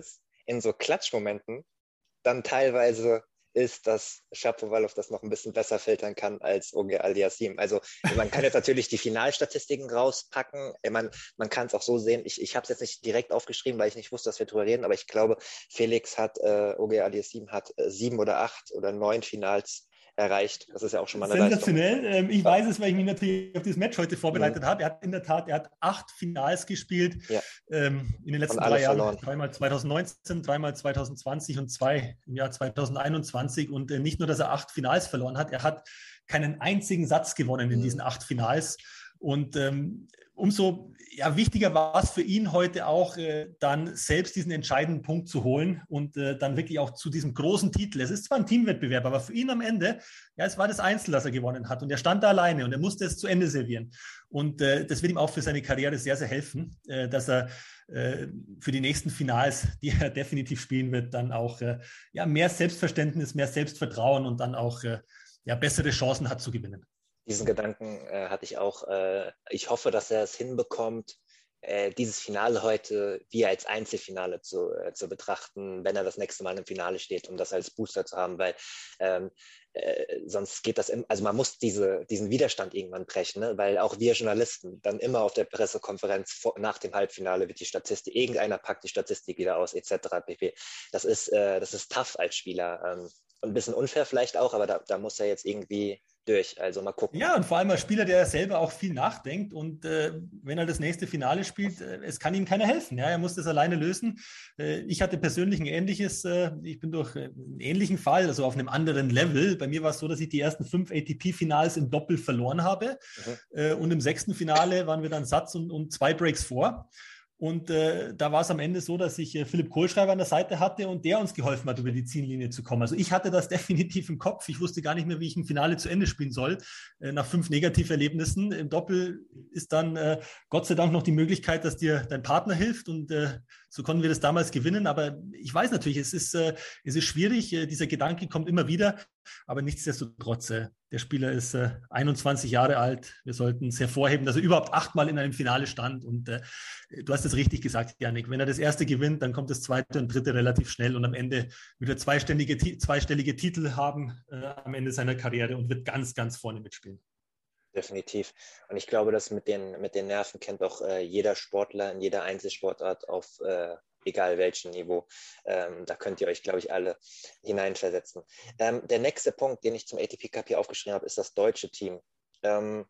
in so Klatschmomenten dann teilweise ist, dass Shapovalov das noch ein bisschen besser filtern kann als Ogier Aliassime. Also man kann jetzt natürlich die Finalstatistiken rauspacken. Man, man kann es auch so sehen. Ich, ich habe es jetzt nicht direkt aufgeschrieben, weil ich nicht wusste, dass wir drüber reden, aber ich glaube, Felix hat, äh, Ogier Aliassime hat äh, sieben oder acht oder neun Finals erreicht. Das ist ja auch schon mal eine sensationell. Leistung. Ähm, ich weiß es, weil ich mich natürlich auf dieses Match heute vorbereitet mhm. habe. Er hat in der Tat, er hat acht Finals gespielt ja. ähm, in den letzten drei Jahren. Verloren. Dreimal zwanzig neunzehn, dreimal zwanzig zwanzig und zwei im Jahr zwanzig einundzwanzig. Und äh, nicht nur, dass er acht Finals verloren hat, er hat keinen einzigen Satz gewonnen in mhm. diesen acht Finals. Und ähm, umso ja, wichtiger war es für ihn heute auch, äh, dann selbst diesen entscheidenden Punkt zu holen und äh, dann wirklich auch zu diesem großen Titel. Es ist zwar ein Teamwettbewerb, aber für ihn am Ende, ja, es war das Einzel, das er gewonnen hat. Und er stand da alleine und er musste es zu Ende servieren. Und äh, das wird ihm auch für seine Karriere sehr, sehr helfen, äh, dass er äh, für die nächsten Finals, die er definitiv spielen wird, dann auch äh, ja, mehr Selbstverständnis, mehr Selbstvertrauen und dann auch äh, ja, bessere Chancen hat zu gewinnen. Diesen Gedanken äh, hatte ich auch. Äh, ich hoffe, dass er es hinbekommt, äh, dieses Finale heute wie als Einzelfinale zu, äh, zu betrachten, wenn er das nächste Mal im Finale steht, um das als Booster zu haben, weil ähm, äh, sonst geht das, im, also man muss diese, diesen Widerstand irgendwann brechen, ne? Weil auch wir Journalisten dann immer auf der Pressekonferenz vor, nach dem Halbfinale wird die Statistik, irgendeiner packt die Statistik wieder aus, et cetera pp. Das ist, äh, das ist tough als Spieler. Ähm, und ein bisschen unfair vielleicht auch, aber da, da muss er jetzt irgendwie durch, also mal gucken. Ja, und vor allem als Spieler, der selber auch viel nachdenkt und äh, wenn er das nächste Finale spielt, äh, es kann ihm keiner helfen. Ja, er muss das alleine lösen. Äh, ich hatte persönlich ein ähnliches, äh, ich bin durch einen ähnlichen Fall, also auf einem anderen Level. Bei mir war es so, dass ich die ersten fünf A T P-Finals im Doppel verloren habe mhm. äh, und im sechsten Finale waren wir dann Satz und, und zwei Breaks vor. Und äh, da war es am Ende so, dass ich äh, Philipp Kohlschreiber an der Seite hatte und der uns geholfen hat, über die Ziellinie zu kommen. Also ich hatte das definitiv im Kopf. Ich wusste gar nicht mehr, wie ich ein Finale zu Ende spielen soll. Äh, nach fünf Negativerlebnissen. Im Doppel ist dann äh, Gott sei Dank noch die Möglichkeit, dass dir dein Partner hilft. Und äh, so konnten wir das damals gewinnen. Aber ich weiß natürlich, es ist, äh, es ist schwierig. Äh, dieser Gedanke kommt immer wieder. Aber nichtsdestotrotz, äh, der Spieler ist äh, einundzwanzig Jahre alt. Wir sollten es hervorheben, dass er überhaupt achtmal in einem Finale stand. Und äh, du hast es richtig gesagt, Yannick. Wenn er das erste gewinnt, dann kommt das zweite und dritte relativ schnell. Und am Ende wird er zweistellige, zweistellige Titel haben äh, am Ende seiner Karriere und wird ganz, ganz vorne mitspielen. Definitiv. Und ich glaube, dass mit den, mit den Nerven kennt auch äh, jeder Sportler in jeder Einzelsportart auf äh, egal welchem Niveau. Ähm, da könnt ihr euch, glaube ich, alle hineinversetzen. Ähm, der nächste Punkt, den ich zum A T P Cup hier aufgeschrieben habe, ist das deutsche Team. Ähm,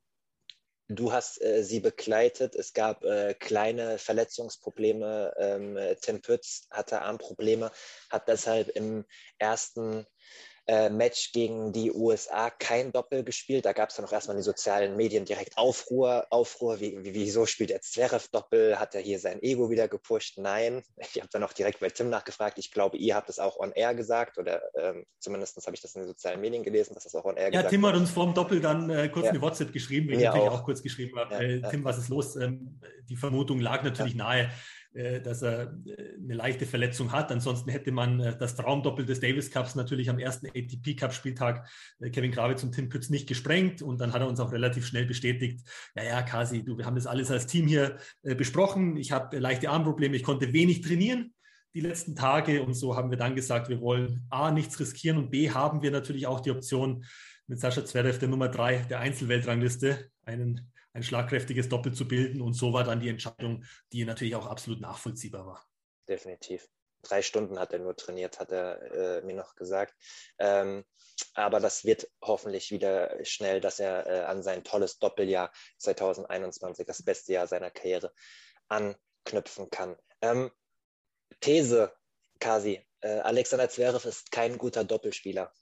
du hast äh, sie begleitet. Es gab äh, kleine Verletzungsprobleme. Ähm, Tim Pütz hatte Armprobleme, hat deshalb im ersten Match gegen die U S A kein Doppel gespielt. Da gab es dann auch erstmal in den sozialen Medien direkt Aufruhr. Aufruhr, wie, wie, wieso spielt jetzt Zverev Doppel? Hat er hier sein Ego wieder gepusht? Nein. Ich habe dann auch direkt bei Tim nachgefragt. Ich glaube, ihr habt es auch on air gesagt oder ähm, zumindest habe ich das in den sozialen Medien gelesen, dass das auch on air ja, gesagt Ja, Tim hat uns vor dem Doppel dann äh, kurz ja. eine WhatsApp geschrieben, weil ich natürlich auch. auch kurz geschrieben habe. Ja, äh, Tim, ja. was ist los? Ähm, die Vermutung lag natürlich ja. nahe, dass er eine leichte Verletzung hat. Ansonsten hätte man das Traumdoppel des Davis Cups natürlich am ersten A T P Cup Spieltag Kevin Grawitz und Tim Pütz nicht gesprengt und dann hat er uns auch relativ schnell bestätigt, ja, ja, Kasi, du, wir haben das alles als Team hier besprochen. Ich habe leichte Armprobleme, ich konnte wenig trainieren die letzten Tage und so haben wir dann gesagt, wir wollen A, nichts riskieren und B, haben wir natürlich auch die Option mit Sascha Zverev, der Nummer drei der Einzelweltrangliste, einen ein schlagkräftiges Doppel zu bilden. Und so war dann die Entscheidung, die natürlich auch absolut nachvollziehbar war. Definitiv. Drei Stunden hat er nur trainiert, hat er äh, mir noch gesagt. Ähm, aber das wird hoffentlich wieder schnell, dass er äh, an sein tolles Doppeljahr zwanzig einundzwanzig, das beste Jahr seiner Karriere, anknüpfen kann. Ähm, These, Kasi. Äh, Alexander Zverev ist kein guter Doppelspieler.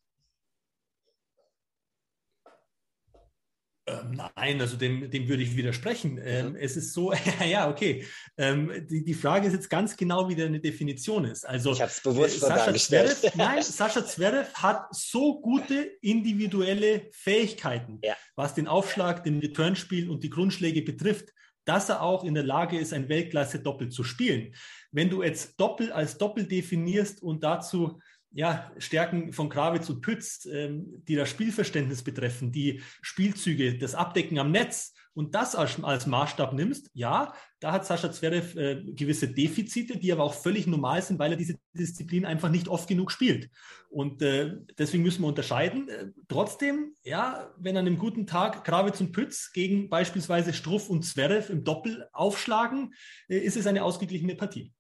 Ähm, nein, also dem, dem würde ich widersprechen. Ähm, mhm. Es ist so, ja, okay. Ähm, die, die Frage ist jetzt ganz genau, wie deine Definition ist. Also, ich habe es bewusst äh, Sascha Zverev, nein, Sascha Zverev hat so gute individuelle Fähigkeiten, ja. was den Aufschlag, den Returnspiel und die Grundschläge betrifft, dass er auch in der Lage ist, ein Weltklasse-Doppel zu spielen. Wenn du jetzt Doppel als Doppel definierst und dazu ja, Stärken von Krawietz und Pütz, ähm, die das Spielverständnis betreffen, die Spielzüge, das Abdecken am Netz und das als, als Maßstab nimmst, ja, da hat Sascha Zverev äh, gewisse Defizite, die aber auch völlig normal sind, weil er diese Disziplin einfach nicht oft genug spielt. Und äh, deswegen müssen wir unterscheiden. Äh, trotzdem, ja, wenn an einem guten Tag Krawietz und Pütz gegen beispielsweise Struff und Zverev im Doppel aufschlagen, äh, ist es eine ausgeglichene Partie.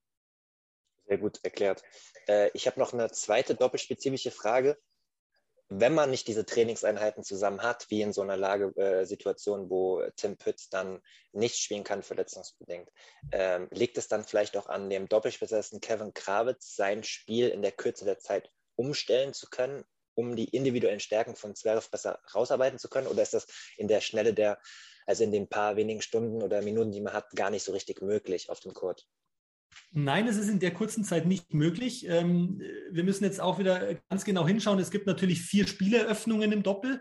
Sehr gut erklärt. Äh, ich habe noch eine zweite doppelspezifische Frage. Wenn man nicht diese Trainingseinheiten zusammen hat, wie in so einer Lagesituation, äh, wo Tim Pütz dann nicht spielen kann, verletzungsbedingt, ähm, liegt es dann vielleicht auch an dem Doppelspezialisten Kevin Krawietz, sein Spiel in der Kürze der Zeit umstellen zu können, um die individuellen Stärken von Zverev besser rausarbeiten zu können? Oder ist das in der Schnelle der, also in den paar wenigen Stunden oder Minuten, die man hat, gar nicht so richtig möglich auf dem Court? Nein, es ist in der kurzen Zeit nicht möglich. Ähm, wir müssen jetzt auch wieder ganz genau hinschauen. Es gibt natürlich vier Spieleröffnungen im Doppel.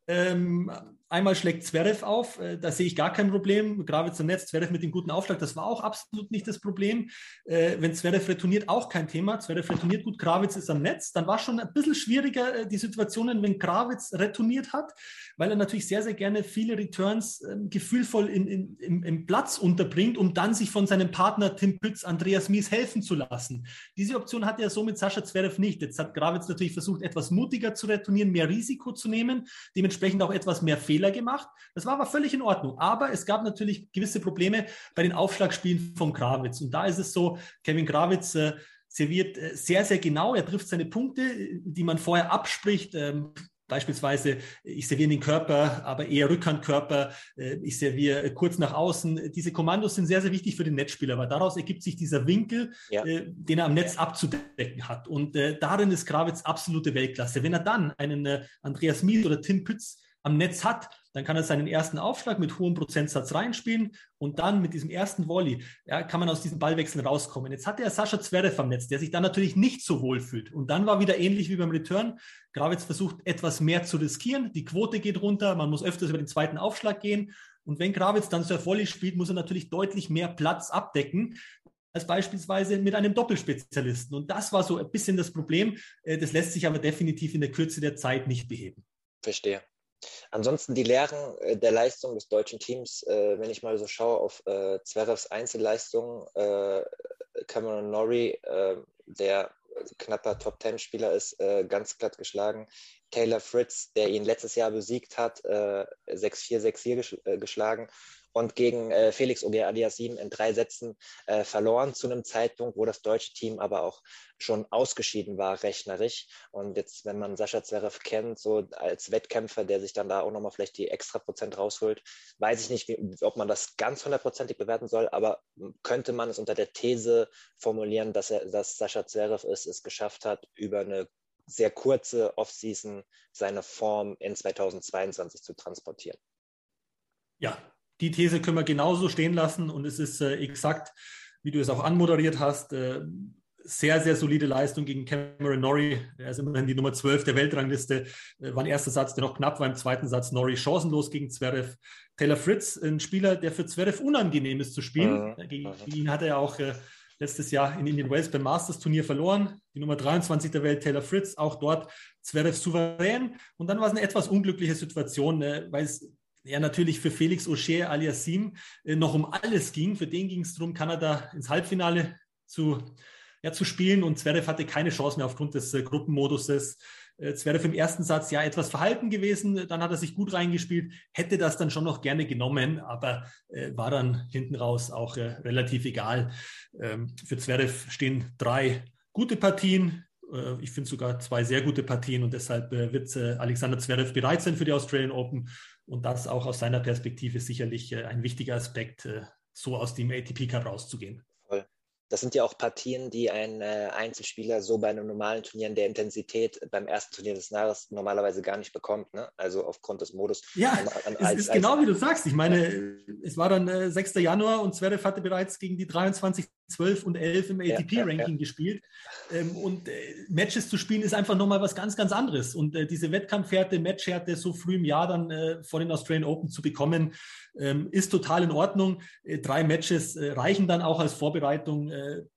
Ähm, einmal schlägt Zverev auf, äh, da sehe ich gar kein Problem. Krawietz am Netz, Zverev mit dem guten Aufschlag, das war auch absolut nicht das Problem. Äh, wenn Zverev retourniert, auch kein Thema. Zverev retourniert gut, Krawietz ist am Netz. Dann war es schon ein bisschen schwieriger, äh, die Situationen, wenn Krawietz retourniert hat, weil er natürlich sehr, sehr gerne viele Returns äh, gefühlvoll in, in, im, im Platz unterbringt, um dann sich von seinem Partner Tim Pütz, Andreas Mies helfen zu lassen. Diese Option hatte er so mit Sascha Zverev nicht. Jetzt hat Krawietz natürlich versucht, etwas mutiger zu retournieren, mehr Risiko zu nehmen, dementsprechend auch etwas mehr Fehler gemacht. Das war aber völlig in Ordnung. Aber es gab natürlich gewisse Probleme bei den Aufschlagspielen von Krawietz. Und da ist es so, Kevin Krawietz äh, serviert äh, sehr, sehr genau. Er trifft seine Punkte, die man vorher abspricht. Ähm, Beispielsweise, ich serviere in den Körper, aber eher Rückhandkörper, ich serviere kurz nach außen. Diese Kommandos sind sehr, sehr wichtig für den Netzspieler, weil daraus ergibt sich dieser Winkel, ja. den er am Netz abzudecken hat. Und darin ist Krawietz absolute Weltklasse. Wenn er dann einen Andreas Mies oder Tim Pütz am Netz hat, dann kann er seinen ersten Aufschlag mit hohem Prozentsatz reinspielen und dann mit diesem ersten Volley ja, kann man aus diesem Ballwechsel rauskommen. Jetzt hatte er Sascha Zverev am Netz, der sich dann natürlich nicht so wohl fühlt. Und dann war wieder ähnlich wie beim Return. Krawietz versucht etwas mehr zu riskieren. Die Quote geht runter, man muss öfters über den zweiten Aufschlag gehen. Und wenn Krawietz dann Surf Volley spielt, muss er natürlich deutlich mehr Platz abdecken als beispielsweise mit einem Doppelspezialisten. Und das war so ein bisschen das Problem. Das lässt sich aber definitiv in der Kürze der Zeit nicht beheben. Verstehe. Ansonsten die Lehren äh, der Leistung des deutschen Teams, äh, wenn ich mal so schaue auf äh, Zverevs Einzelleistungen, äh, Cameron Norrie, äh, der knapper Top-Ten-Spieler ist, äh, ganz glatt geschlagen. Taylor Fritz, der ihn letztes Jahr besiegt hat, äh, sechs vier, sechs vier gesch- äh, geschlagen und gegen äh, Felix Auger-Aliassime in drei Sätzen äh, verloren zu einem Zeitpunkt, wo das deutsche Team aber auch schon ausgeschieden war, rechnerisch. Und jetzt, wenn man Sascha Zverev kennt, so als Wettkämpfer, der sich dann da auch nochmal vielleicht die extra Prozent rausholt, weiß ich nicht, wie, ob man das ganz hundertprozentig bewerten soll, aber könnte man es unter der These formulieren, dass, er, dass Sascha Zverev es, es geschafft hat, über eine sehr kurze Offseason seine Form in zweitausendzweiundzwanzig zu transportieren. Ja, die These können wir genauso stehen lassen und es ist äh, exakt, wie du es auch anmoderiert hast, äh, sehr, sehr solide Leistung gegen Cameron Norrie. Er ist immerhin die Nummer zwölf der Weltrangliste. Äh, war ein erster Satz, der noch knapp war. Im zweiten Satz Norrie chancenlos gegen Zverev. Taylor Fritz, ein Spieler, der für Zverev unangenehm ist zu spielen. Mhm. Gegen ihn hat er auch äh, letztes Jahr in Indian Wells beim Masters-Turnier verloren. Die Nummer dreiundzwanzig der Welt, Taylor Fritz, auch dort Zverev souverän. Und dann war es eine etwas unglückliche Situation, äh, weil es ja natürlich für Felix Auger-Aliassime äh, noch um alles ging. Für den ging es darum, Kanada ins Halbfinale zu, ja, zu spielen und Zverev hatte keine Chance mehr aufgrund des äh, Gruppenmoduses. Äh, Zverev im ersten Satz ja etwas verhalten gewesen, dann hat er sich gut reingespielt, hätte das dann schon noch gerne genommen, aber äh, war dann hinten raus auch äh, relativ egal. Ähm, für Zverev stehen drei gute Partien. Ich finde sogar zwei sehr gute Partien und deshalb wird Alexander Zverev bereit sein für die Australian Open und das auch aus seiner Perspektive sicherlich ein wichtiger Aspekt, so aus dem A T P Cup rauszugehen. Voll. Das sind ja auch Partien, die ein äh, Einzelspieler so bei einem normalen Turnier in der Intensität beim ersten Turnier des Jahres normalerweise gar nicht bekommt, ne? Also aufgrund des Modus. Ja, an, an, es als, ist genau als, wie du sagst. Ich meine, es war dann äh, sechster Januar und Zverev hatte bereits gegen die dreiundzwanzig, zwölf und elf im A T P-Ranking ja, ja, ja. gespielt. Ähm, und äh, Matches zu spielen ist einfach nochmal was ganz, ganz anderes. Und äh, diese Wettkampfhärte, Matchhärte so früh im Jahr dann äh, vor den Australian Open zu bekommen, ähm, ist total in Ordnung. Äh, drei Matches äh, reichen dann auch als Vorbereitung. Äh,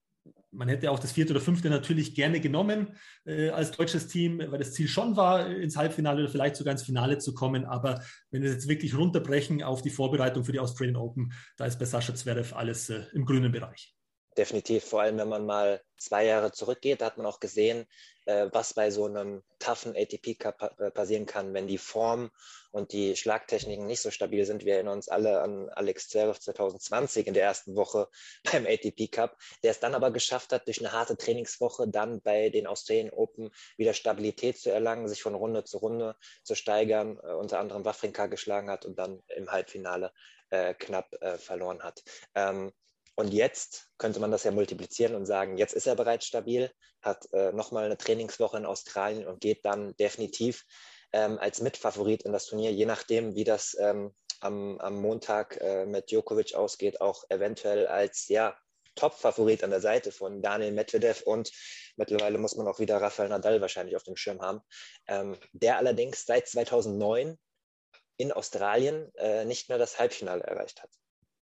man hätte auch das vierte oder fünfte natürlich gerne genommen äh, als deutsches Team, weil das Ziel schon war, ins Halbfinale oder vielleicht sogar ins Finale zu kommen. Aber wenn wir jetzt wirklich runterbrechen auf die Vorbereitung für die Australian Open, da ist bei Sascha Zverev alles äh, im grünen Bereich. Definitiv, vor allem wenn man mal zwei Jahre zurückgeht, da hat man auch gesehen, äh, was bei so einem toughen A T P Cup äh, passieren kann, wenn die Form und die Schlagtechniken nicht so stabil sind. Wir erinnern uns alle an Alex Zverev zwanzig zwanzig in der ersten Woche beim A T P Cup, der es dann aber geschafft hat, durch eine harte Trainingswoche dann bei den Australian Open wieder Stabilität zu erlangen, sich von Runde zu Runde zu steigern, äh, unter anderem Wawrinka geschlagen hat und dann im Halbfinale äh, knapp äh, verloren hat. Ähm, Und jetzt könnte man das ja multiplizieren und sagen, jetzt ist er bereits stabil, hat äh, nochmal eine Trainingswoche in Australien und geht dann definitiv ähm, als Mitfavorit in das Turnier, je nachdem, wie das ähm, am, am Montag äh, mit Djokovic ausgeht, auch eventuell als ja, Top-Favorit an der Seite von Daniil Medvedev und mittlerweile muss man auch wieder Rafael Nadal wahrscheinlich auf dem Schirm haben, ähm, der allerdings seit zweitausendneun in Australien äh, nicht mehr das Halbfinale erreicht hat.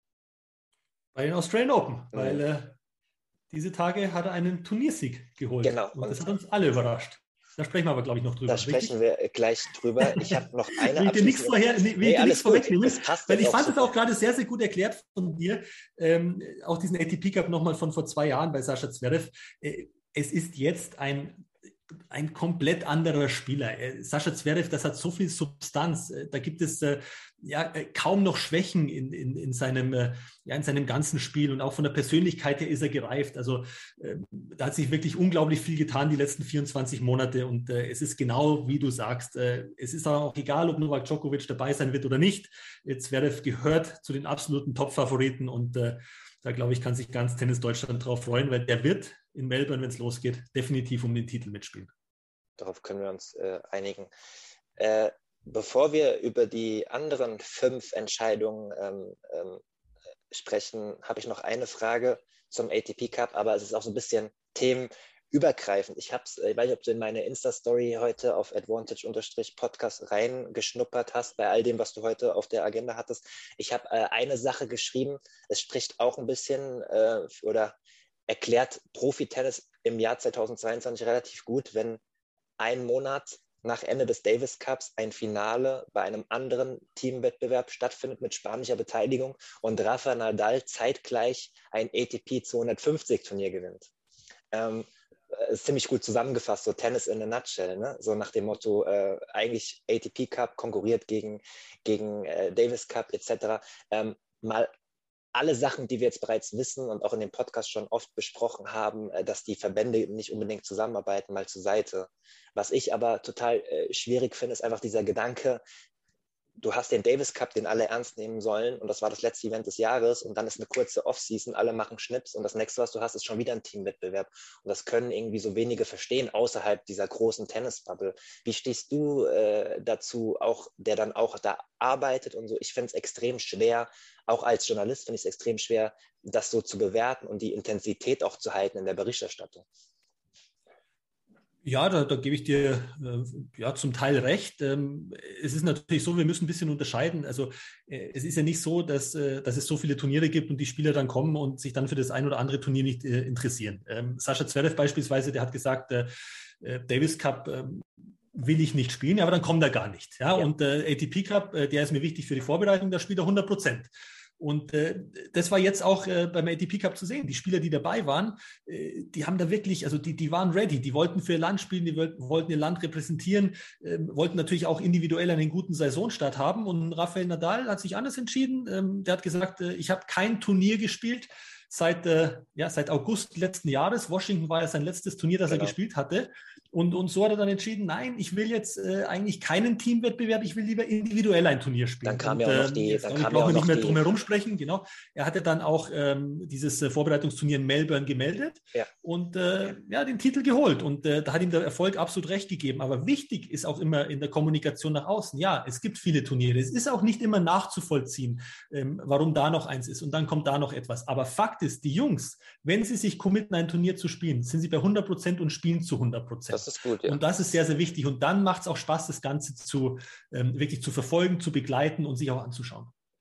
Bei den Australian Open, Mhm. weil äh, diese Tage hat er einen Turniersieg geholt. Genau. Und das hat uns alle überrascht. Da sprechen wir aber, glaube ich, noch drüber. Da sprechen richtig? wir gleich drüber. Ich habe noch eine will ich dir nichts vorher, will nee, ich dir nichts vorwegnehmen, weil ich fand es auch gerade sehr, sehr gut erklärt von dir. Ähm, auch diesen A T P Cup nochmal von vor zwei Jahren bei Sascha Zverev. Äh, es ist jetzt ein ein komplett anderer Spieler. Äh, Sascha Zverev, das hat so viel Substanz. Äh, da gibt es äh, ja äh, kaum noch Schwächen in, in, in, seinem, äh, ja, in seinem ganzen Spiel. Und auch von der Persönlichkeit her ist er gereift. Also äh, da hat sich wirklich unglaublich viel getan die letzten vierundzwanzig Monate. Und äh, es ist genau, wie du sagst, äh, es ist auch egal, ob Novak Djokovic dabei sein wird oder nicht. Zverev gehört zu den absoluten Top-Favoriten und äh, da, glaube ich, kann sich ganz Tennis Deutschland drauf freuen, weil der wird in Melbourne, wenn es losgeht, definitiv um den Titel mitspielen. Darauf können wir uns äh, einigen. Äh, bevor wir über die anderen fünf Entscheidungen ähm, ähm, sprechen, habe ich noch eine Frage zum A T P Cup, aber es ist auch so ein bisschen themenübergreifend. Ich habe es, ich weiß nicht, ob du in meine Insta-Story heute auf Advantage-Podcast reingeschnuppert hast, bei all dem, was du heute auf der Agenda hattest. Ich habe äh, eine Sache geschrieben, es spricht auch ein bisschen äh, oder erklärt Profi-Tennis im Jahr zweitausendzweiundzwanzig relativ gut, wenn ein Monat nach Ende des Davis Cups ein Finale bei einem anderen Teamwettbewerb stattfindet mit spanischer Beteiligung und Rafa Nadal zeitgleich ein A T P zweihundertfünfzig Turnier gewinnt. Ähm, ist ziemlich gut zusammengefasst, so Tennis in a nutshell, ne? So nach dem Motto, äh, eigentlich A T P Cup konkurriert gegen, gegen äh, Davis Cup et cetera. Ähm, mal alle Sachen, die wir jetzt bereits wissen und auch in dem Podcast schon oft besprochen haben, dass die Verbände nicht unbedingt zusammenarbeiten, mal zur Seite. Was ich aber total äh, schwierig finde, ist einfach dieser Gedanke, du hast den Davis Cup, den alle ernst nehmen sollen und das war das letzte Event des Jahres und dann ist eine kurze Off-Season, alle machen Schnips und das nächste, was du hast, ist schon wieder ein Teamwettbewerb und das können irgendwie so wenige verstehen außerhalb dieser großen Tennisbubble. Wie stehst du äh, dazu, auch der dann auch da arbeitet und so? Ich finde es extrem schwer, auch als Journalist finde ich es extrem schwer, das so zu bewerten und die Intensität auch zu halten in der Berichterstattung. Ja, da, da gebe ich dir äh, ja zum Teil recht. Ähm, es ist natürlich so, wir müssen ein bisschen unterscheiden. Also äh, es ist ja nicht so, dass, äh, dass es so viele Turniere gibt und die Spieler dann kommen und sich dann für das ein oder andere Turnier nicht äh, interessieren. Ähm, Sascha Zverev beispielsweise, der hat gesagt, äh, Davis Cup äh, will ich nicht spielen, aber dann kommt er gar nicht. Ja? Ja. Und äh, A T P Cup, äh, der ist mir wichtig für die Vorbereitung, da spielt er hundert Prozent. Und äh, das war jetzt auch äh, beim A T P Cup zu sehen. Die Spieler, die dabei waren, äh, die haben da wirklich, also die, die waren ready, die wollten für ihr Land spielen, die wollten ihr Land repräsentieren, äh, wollten natürlich auch individuell einen guten Saisonstart haben. Und Rafael Nadal hat sich anders entschieden. Ähm, der hat gesagt, äh, ich habe kein Turnier gespielt seit, äh, ja, seit August letzten Jahres. Washington war ja sein letztes Turnier, das genau. er gespielt hatte. Und, und so hat er dann entschieden, nein, ich will jetzt äh, eigentlich keinen Teamwettbewerb, ich will lieber individuell ein Turnier spielen. Dann kam und, ja auch noch die... Jetzt, dann ich kam brauche ja nicht mehr die... drum herum sprechen, genau. Er hatte dann auch ähm, dieses äh, Vorbereitungsturnier in Melbourne gemeldet ja. und äh, ja, den Titel geholt. Und äh, da hat ihm der Erfolg absolut recht gegeben. Aber wichtig ist auch immer in der Kommunikation nach außen, ja, es gibt viele Turniere. Es ist auch nicht immer nachzuvollziehen, ähm, warum da noch eins ist und dann kommt da noch etwas. Aber Fakt ist, die Jungs, wenn sie sich committen, ein Turnier zu spielen, sind sie bei hundert Prozent und spielen zu hundert Prozent. Das ist gut, ja. Und das ist sehr, sehr wichtig. Und dann macht es auch Spaß, das Ganze zu, ähm, wirklich zu verfolgen, zu begleiten und sich auch anzuschauen.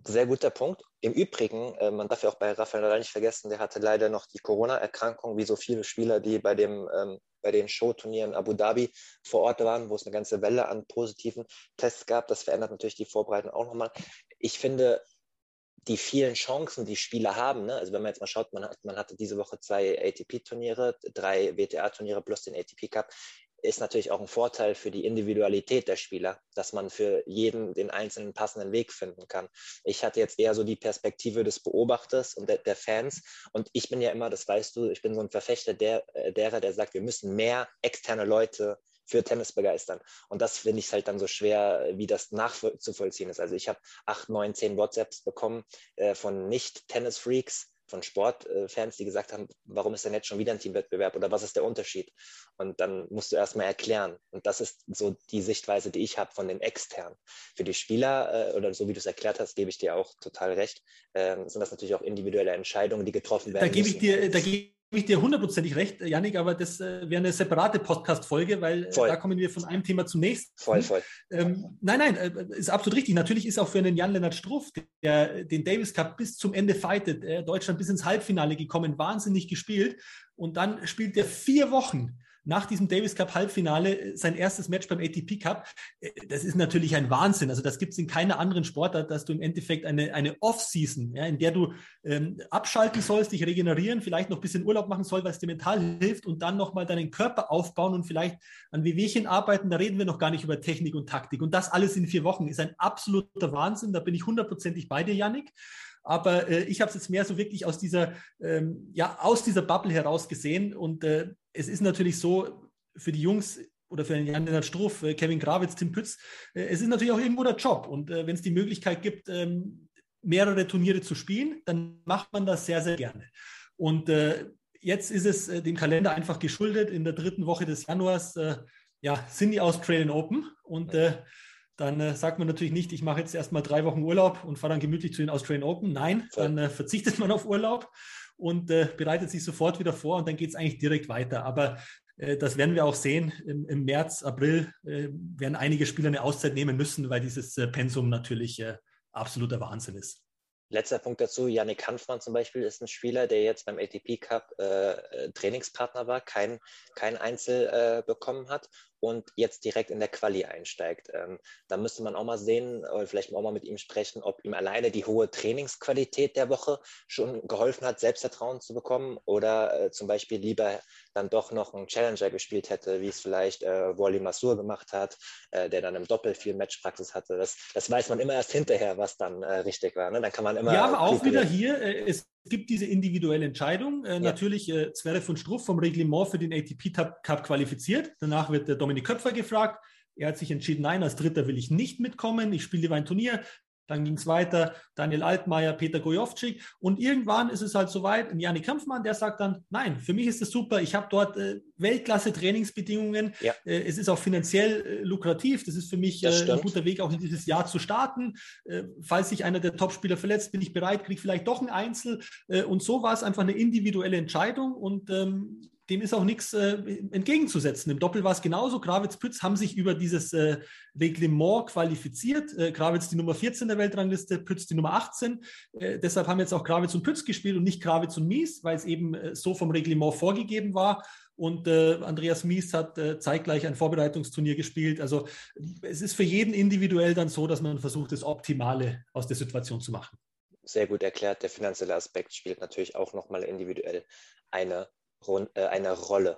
Sehr guter Punkt. Im Übrigen, äh, man darf ja auch bei Rafael Nadal nicht vergessen, der hatte leider noch die Corona-Erkrankung, wie so viele Spieler, die bei dem ähm, bei den Showturnieren in Abu Dhabi vor Ort waren, wo es eine ganze Welle an positiven Tests gab. Das verändert natürlich die Vorbereitung auch nochmal. Ich finde, die vielen Chancen, die Spieler haben, ne? Also wenn man jetzt mal schaut, man, hat, man hatte diese Woche zwei A T P-Turniere, drei W T A-Turniere plus den A T P-Cup, ist natürlich auch ein Vorteil für die Individualität der Spieler, dass man für jeden den einzelnen passenden Weg finden kann. Ich hatte jetzt eher so die Perspektive des Beobachters und der, der Fans, und ich bin ja immer, das weißt du, ich bin so ein Verfechter der, derer, der sagt, wir müssen mehr externe Leute für Tennis begeistern. Und das finde ich halt dann so schwer, wie das nachzuvollziehen ist. Also ich habe acht, neun, zehn WhatsApps bekommen äh, von Nicht-Tennis-Freaks, von Sportfans, die gesagt haben, warum ist denn jetzt schon wieder ein Teamwettbewerb oder was ist der Unterschied? Und dann musst du erstmal erklären. Und das ist so die Sichtweise, die ich habe von den Externen. Für die Spieler, äh, oder so wie du es erklärt hast, gebe ich dir auch total recht, äh, sind das natürlich auch individuelle Entscheidungen, die getroffen werden da gebe müssen. Ich dir, da gebe ich dir hundertprozentig recht, Yannick, aber das äh, wäre eine separate Podcast-Folge, weil äh, da kommen wir von einem Thema zum nächsten. Voll, voll. Ähm, nein, nein, äh, ist absolut richtig. Natürlich ist auch für einen Jan-Lennart Struff, der den Davis Cup bis zum Ende fightet, äh, Deutschland bis ins Halbfinale gekommen, wahnsinnig gespielt, und dann spielt er vier Wochen nach diesem Davis Cup Halbfinale sein erstes Match beim A T P Cup. Das ist natürlich ein Wahnsinn. Also das gibt es in keiner anderen Sportart, dass du im Endeffekt eine, eine Off-Season, ja, in der du ähm, abschalten sollst, dich regenerieren, vielleicht noch ein bisschen Urlaub machen sollst, weil es dir mental hilft, und dann nochmal deinen Körper aufbauen und vielleicht an Wehwehchen arbeiten. Da reden wir noch gar nicht über Technik und Taktik. Und das alles in vier Wochen ist ein absoluter Wahnsinn. Da bin ich hundertprozentig bei dir, Yannick. Aber äh, ich habe es jetzt mehr so wirklich aus dieser, ähm, ja, aus dieser Bubble heraus gesehen. Und äh, es ist natürlich so, für die Jungs oder für Jan-Lennart Struff, äh, Kevin Grawitz, Tim Pütz, äh, es ist natürlich auch irgendwo der Job. Und äh, wenn es die Möglichkeit gibt, ähm, mehrere Turniere zu spielen, dann macht man das sehr, sehr gerne. Und äh, jetzt ist es äh, dem Kalender einfach geschuldet. In der dritten Woche des Januars äh, ja, sind die Australian Open. Und äh, dann äh, sagt man natürlich nicht, ich mache jetzt erstmal drei Wochen Urlaub und fahre dann gemütlich zu den Australian Open. Nein, dann äh, verzichtet man auf Urlaub und äh, bereitet sich sofort wieder vor, und dann geht es eigentlich direkt weiter. Aber äh, das werden wir auch sehen. Im, im März, April äh, werden einige Spieler eine Auszeit nehmen müssen, weil dieses äh, Pensum natürlich äh, absoluter Wahnsinn ist. Letzter Punkt dazu, Yannick Hanfmann zum Beispiel ist ein Spieler, der jetzt beim A T P Cup äh, Trainingspartner war, kein, kein Einzel äh, bekommen hat und jetzt direkt in der Quali einsteigt. Ähm, da müsste man auch mal sehen, oder vielleicht auch mal mit ihm sprechen, ob ihm alleine die hohe Trainingsqualität der Woche schon geholfen hat, Selbstvertrauen zu bekommen, oder äh, zum Beispiel lieber dann doch noch einen Challenger gespielt hätte, wie es vielleicht äh, Wally Masur gemacht hat, äh, der dann im Doppel viel Matchpraxis hatte. Das, das weiß man immer erst hinterher, was dann äh, richtig war. Ne? Dann kann man immer ja, aber auch wieder hier, äh, es gibt diese individuelle Entscheidung. Äh, ja. Natürlich, äh, Zverev von Struff vom Reglement für den A T P Cup qualifiziert. Danach wird der Dominik Köpfer gefragt. Er hat sich entschieden, nein, als Dritter will ich nicht mitkommen. Ich spiele lieber ein Turnier. Dann ging es weiter, Daniel Altmaier, Peter Gojovcik, und irgendwann ist es halt soweit, ein Yannick Hanfmann, der sagt dann, nein, für mich ist das super, ich habe dort äh, Weltklasse-Trainingsbedingungen, ja. äh, es ist auch finanziell äh, lukrativ, das ist für mich äh, ein guter Weg, auch in dieses Jahr zu starten. Äh, falls sich einer der Topspieler verletzt, bin ich bereit, kriege vielleicht doch ein Einzel, äh, und so war es einfach eine individuelle Entscheidung, und ähm, dem ist auch nichts äh, entgegenzusetzen. Im Doppel war es genauso. Grawitz, Pütz haben sich über dieses äh, Reglement qualifiziert. Äh, Grawitz die Nummer vierzehn der Weltrangliste, Pütz die Nummer achtzehn. Äh, deshalb haben jetzt auch Grawitz und Pütz gespielt und nicht Grawitz und Mies, weil es eben äh, so vom Reglement vorgegeben war. Und äh, Andreas Mies hat äh, zeitgleich ein Vorbereitungsturnier gespielt. Also es ist für jeden individuell dann so, dass man versucht, das Optimale aus der Situation zu machen. Sehr gut erklärt. Der finanzielle Aspekt spielt natürlich auch nochmal individuell eine eine Rolle.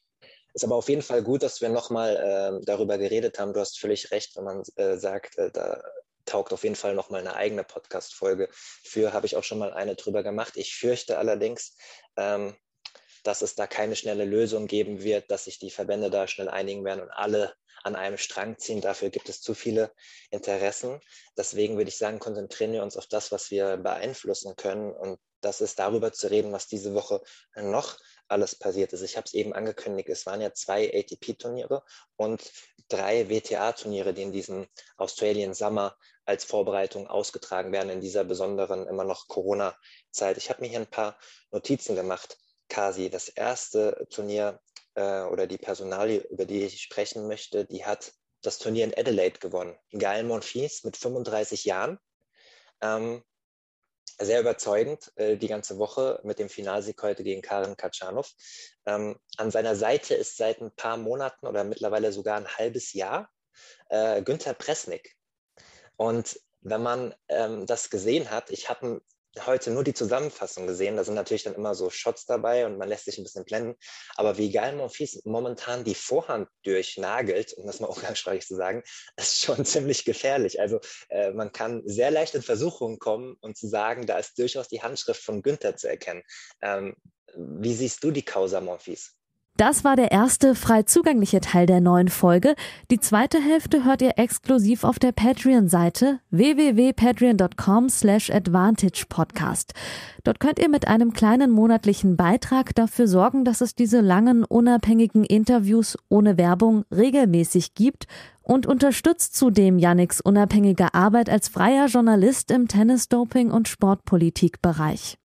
Ist aber auf jeden Fall gut, dass wir nochmal äh, darüber geredet haben. Du hast völlig recht, wenn man äh, sagt, äh, da taugt auf jeden Fall nochmal eine eigene Podcast-Folge für, habe ich auch schon mal eine drüber gemacht. Ich fürchte allerdings, ähm, dass es da keine schnelle Lösung geben wird, dass sich die Verbände da schnell einigen werden und alle an einem Strang ziehen. Dafür gibt es zu viele Interessen. Deswegen würde ich sagen, konzentrieren wir uns auf das, was wir beeinflussen können, und das ist darüber zu reden, was diese Woche noch alles passiert ist. Ich habe es eben angekündigt, es waren ja zwei A T P-Turniere und drei W T A-Turniere, die in diesem Australian Summer als Vorbereitung ausgetragen werden, in dieser besonderen, immer noch Corona-Zeit. Ich habe mir hier ein paar Notizen gemacht. Kasi, das erste Turnier äh, oder die Personalie, über die ich sprechen möchte, die hat das Turnier in Adelaide gewonnen. Gael Monfils mit fünfunddreißig Jahren. Ähm, sehr überzeugend äh, die ganze Woche mit dem Finalsieg heute gegen Karen Khachanov. Ähm, an seiner Seite ist seit ein paar Monaten oder mittlerweile sogar ein halbes Jahr äh, Günther Presnik. Und wenn man ähm, das gesehen hat, ich habe heute nur die Zusammenfassung gesehen, da sind natürlich dann immer so Shots dabei und man lässt sich ein bisschen blenden, aber wie geil Monfils momentan die Vorhand durchnagelt, um das mal umgangssprachlich zu sagen, ist schon ziemlich gefährlich. Also äh, man kann sehr leicht in Versuchung kommen und zu sagen, da ist durchaus die Handschrift von Günther zu erkennen. Ähm, wie siehst du die Causa Monfils? Das war der erste frei zugängliche Teil der neuen Folge. Die zweite Hälfte hört ihr exklusiv auf der Patreon-Seite w w w punkt patreon punkt com slash advantage podcast. Dort könnt ihr mit einem kleinen monatlichen Beitrag dafür sorgen, dass es diese langen, unabhängigen Interviews ohne Werbung regelmäßig gibt und unterstützt zudem Yannicks unabhängige Arbeit als freier Journalist im Tennis-Doping- und Sportpolitik-Bereich.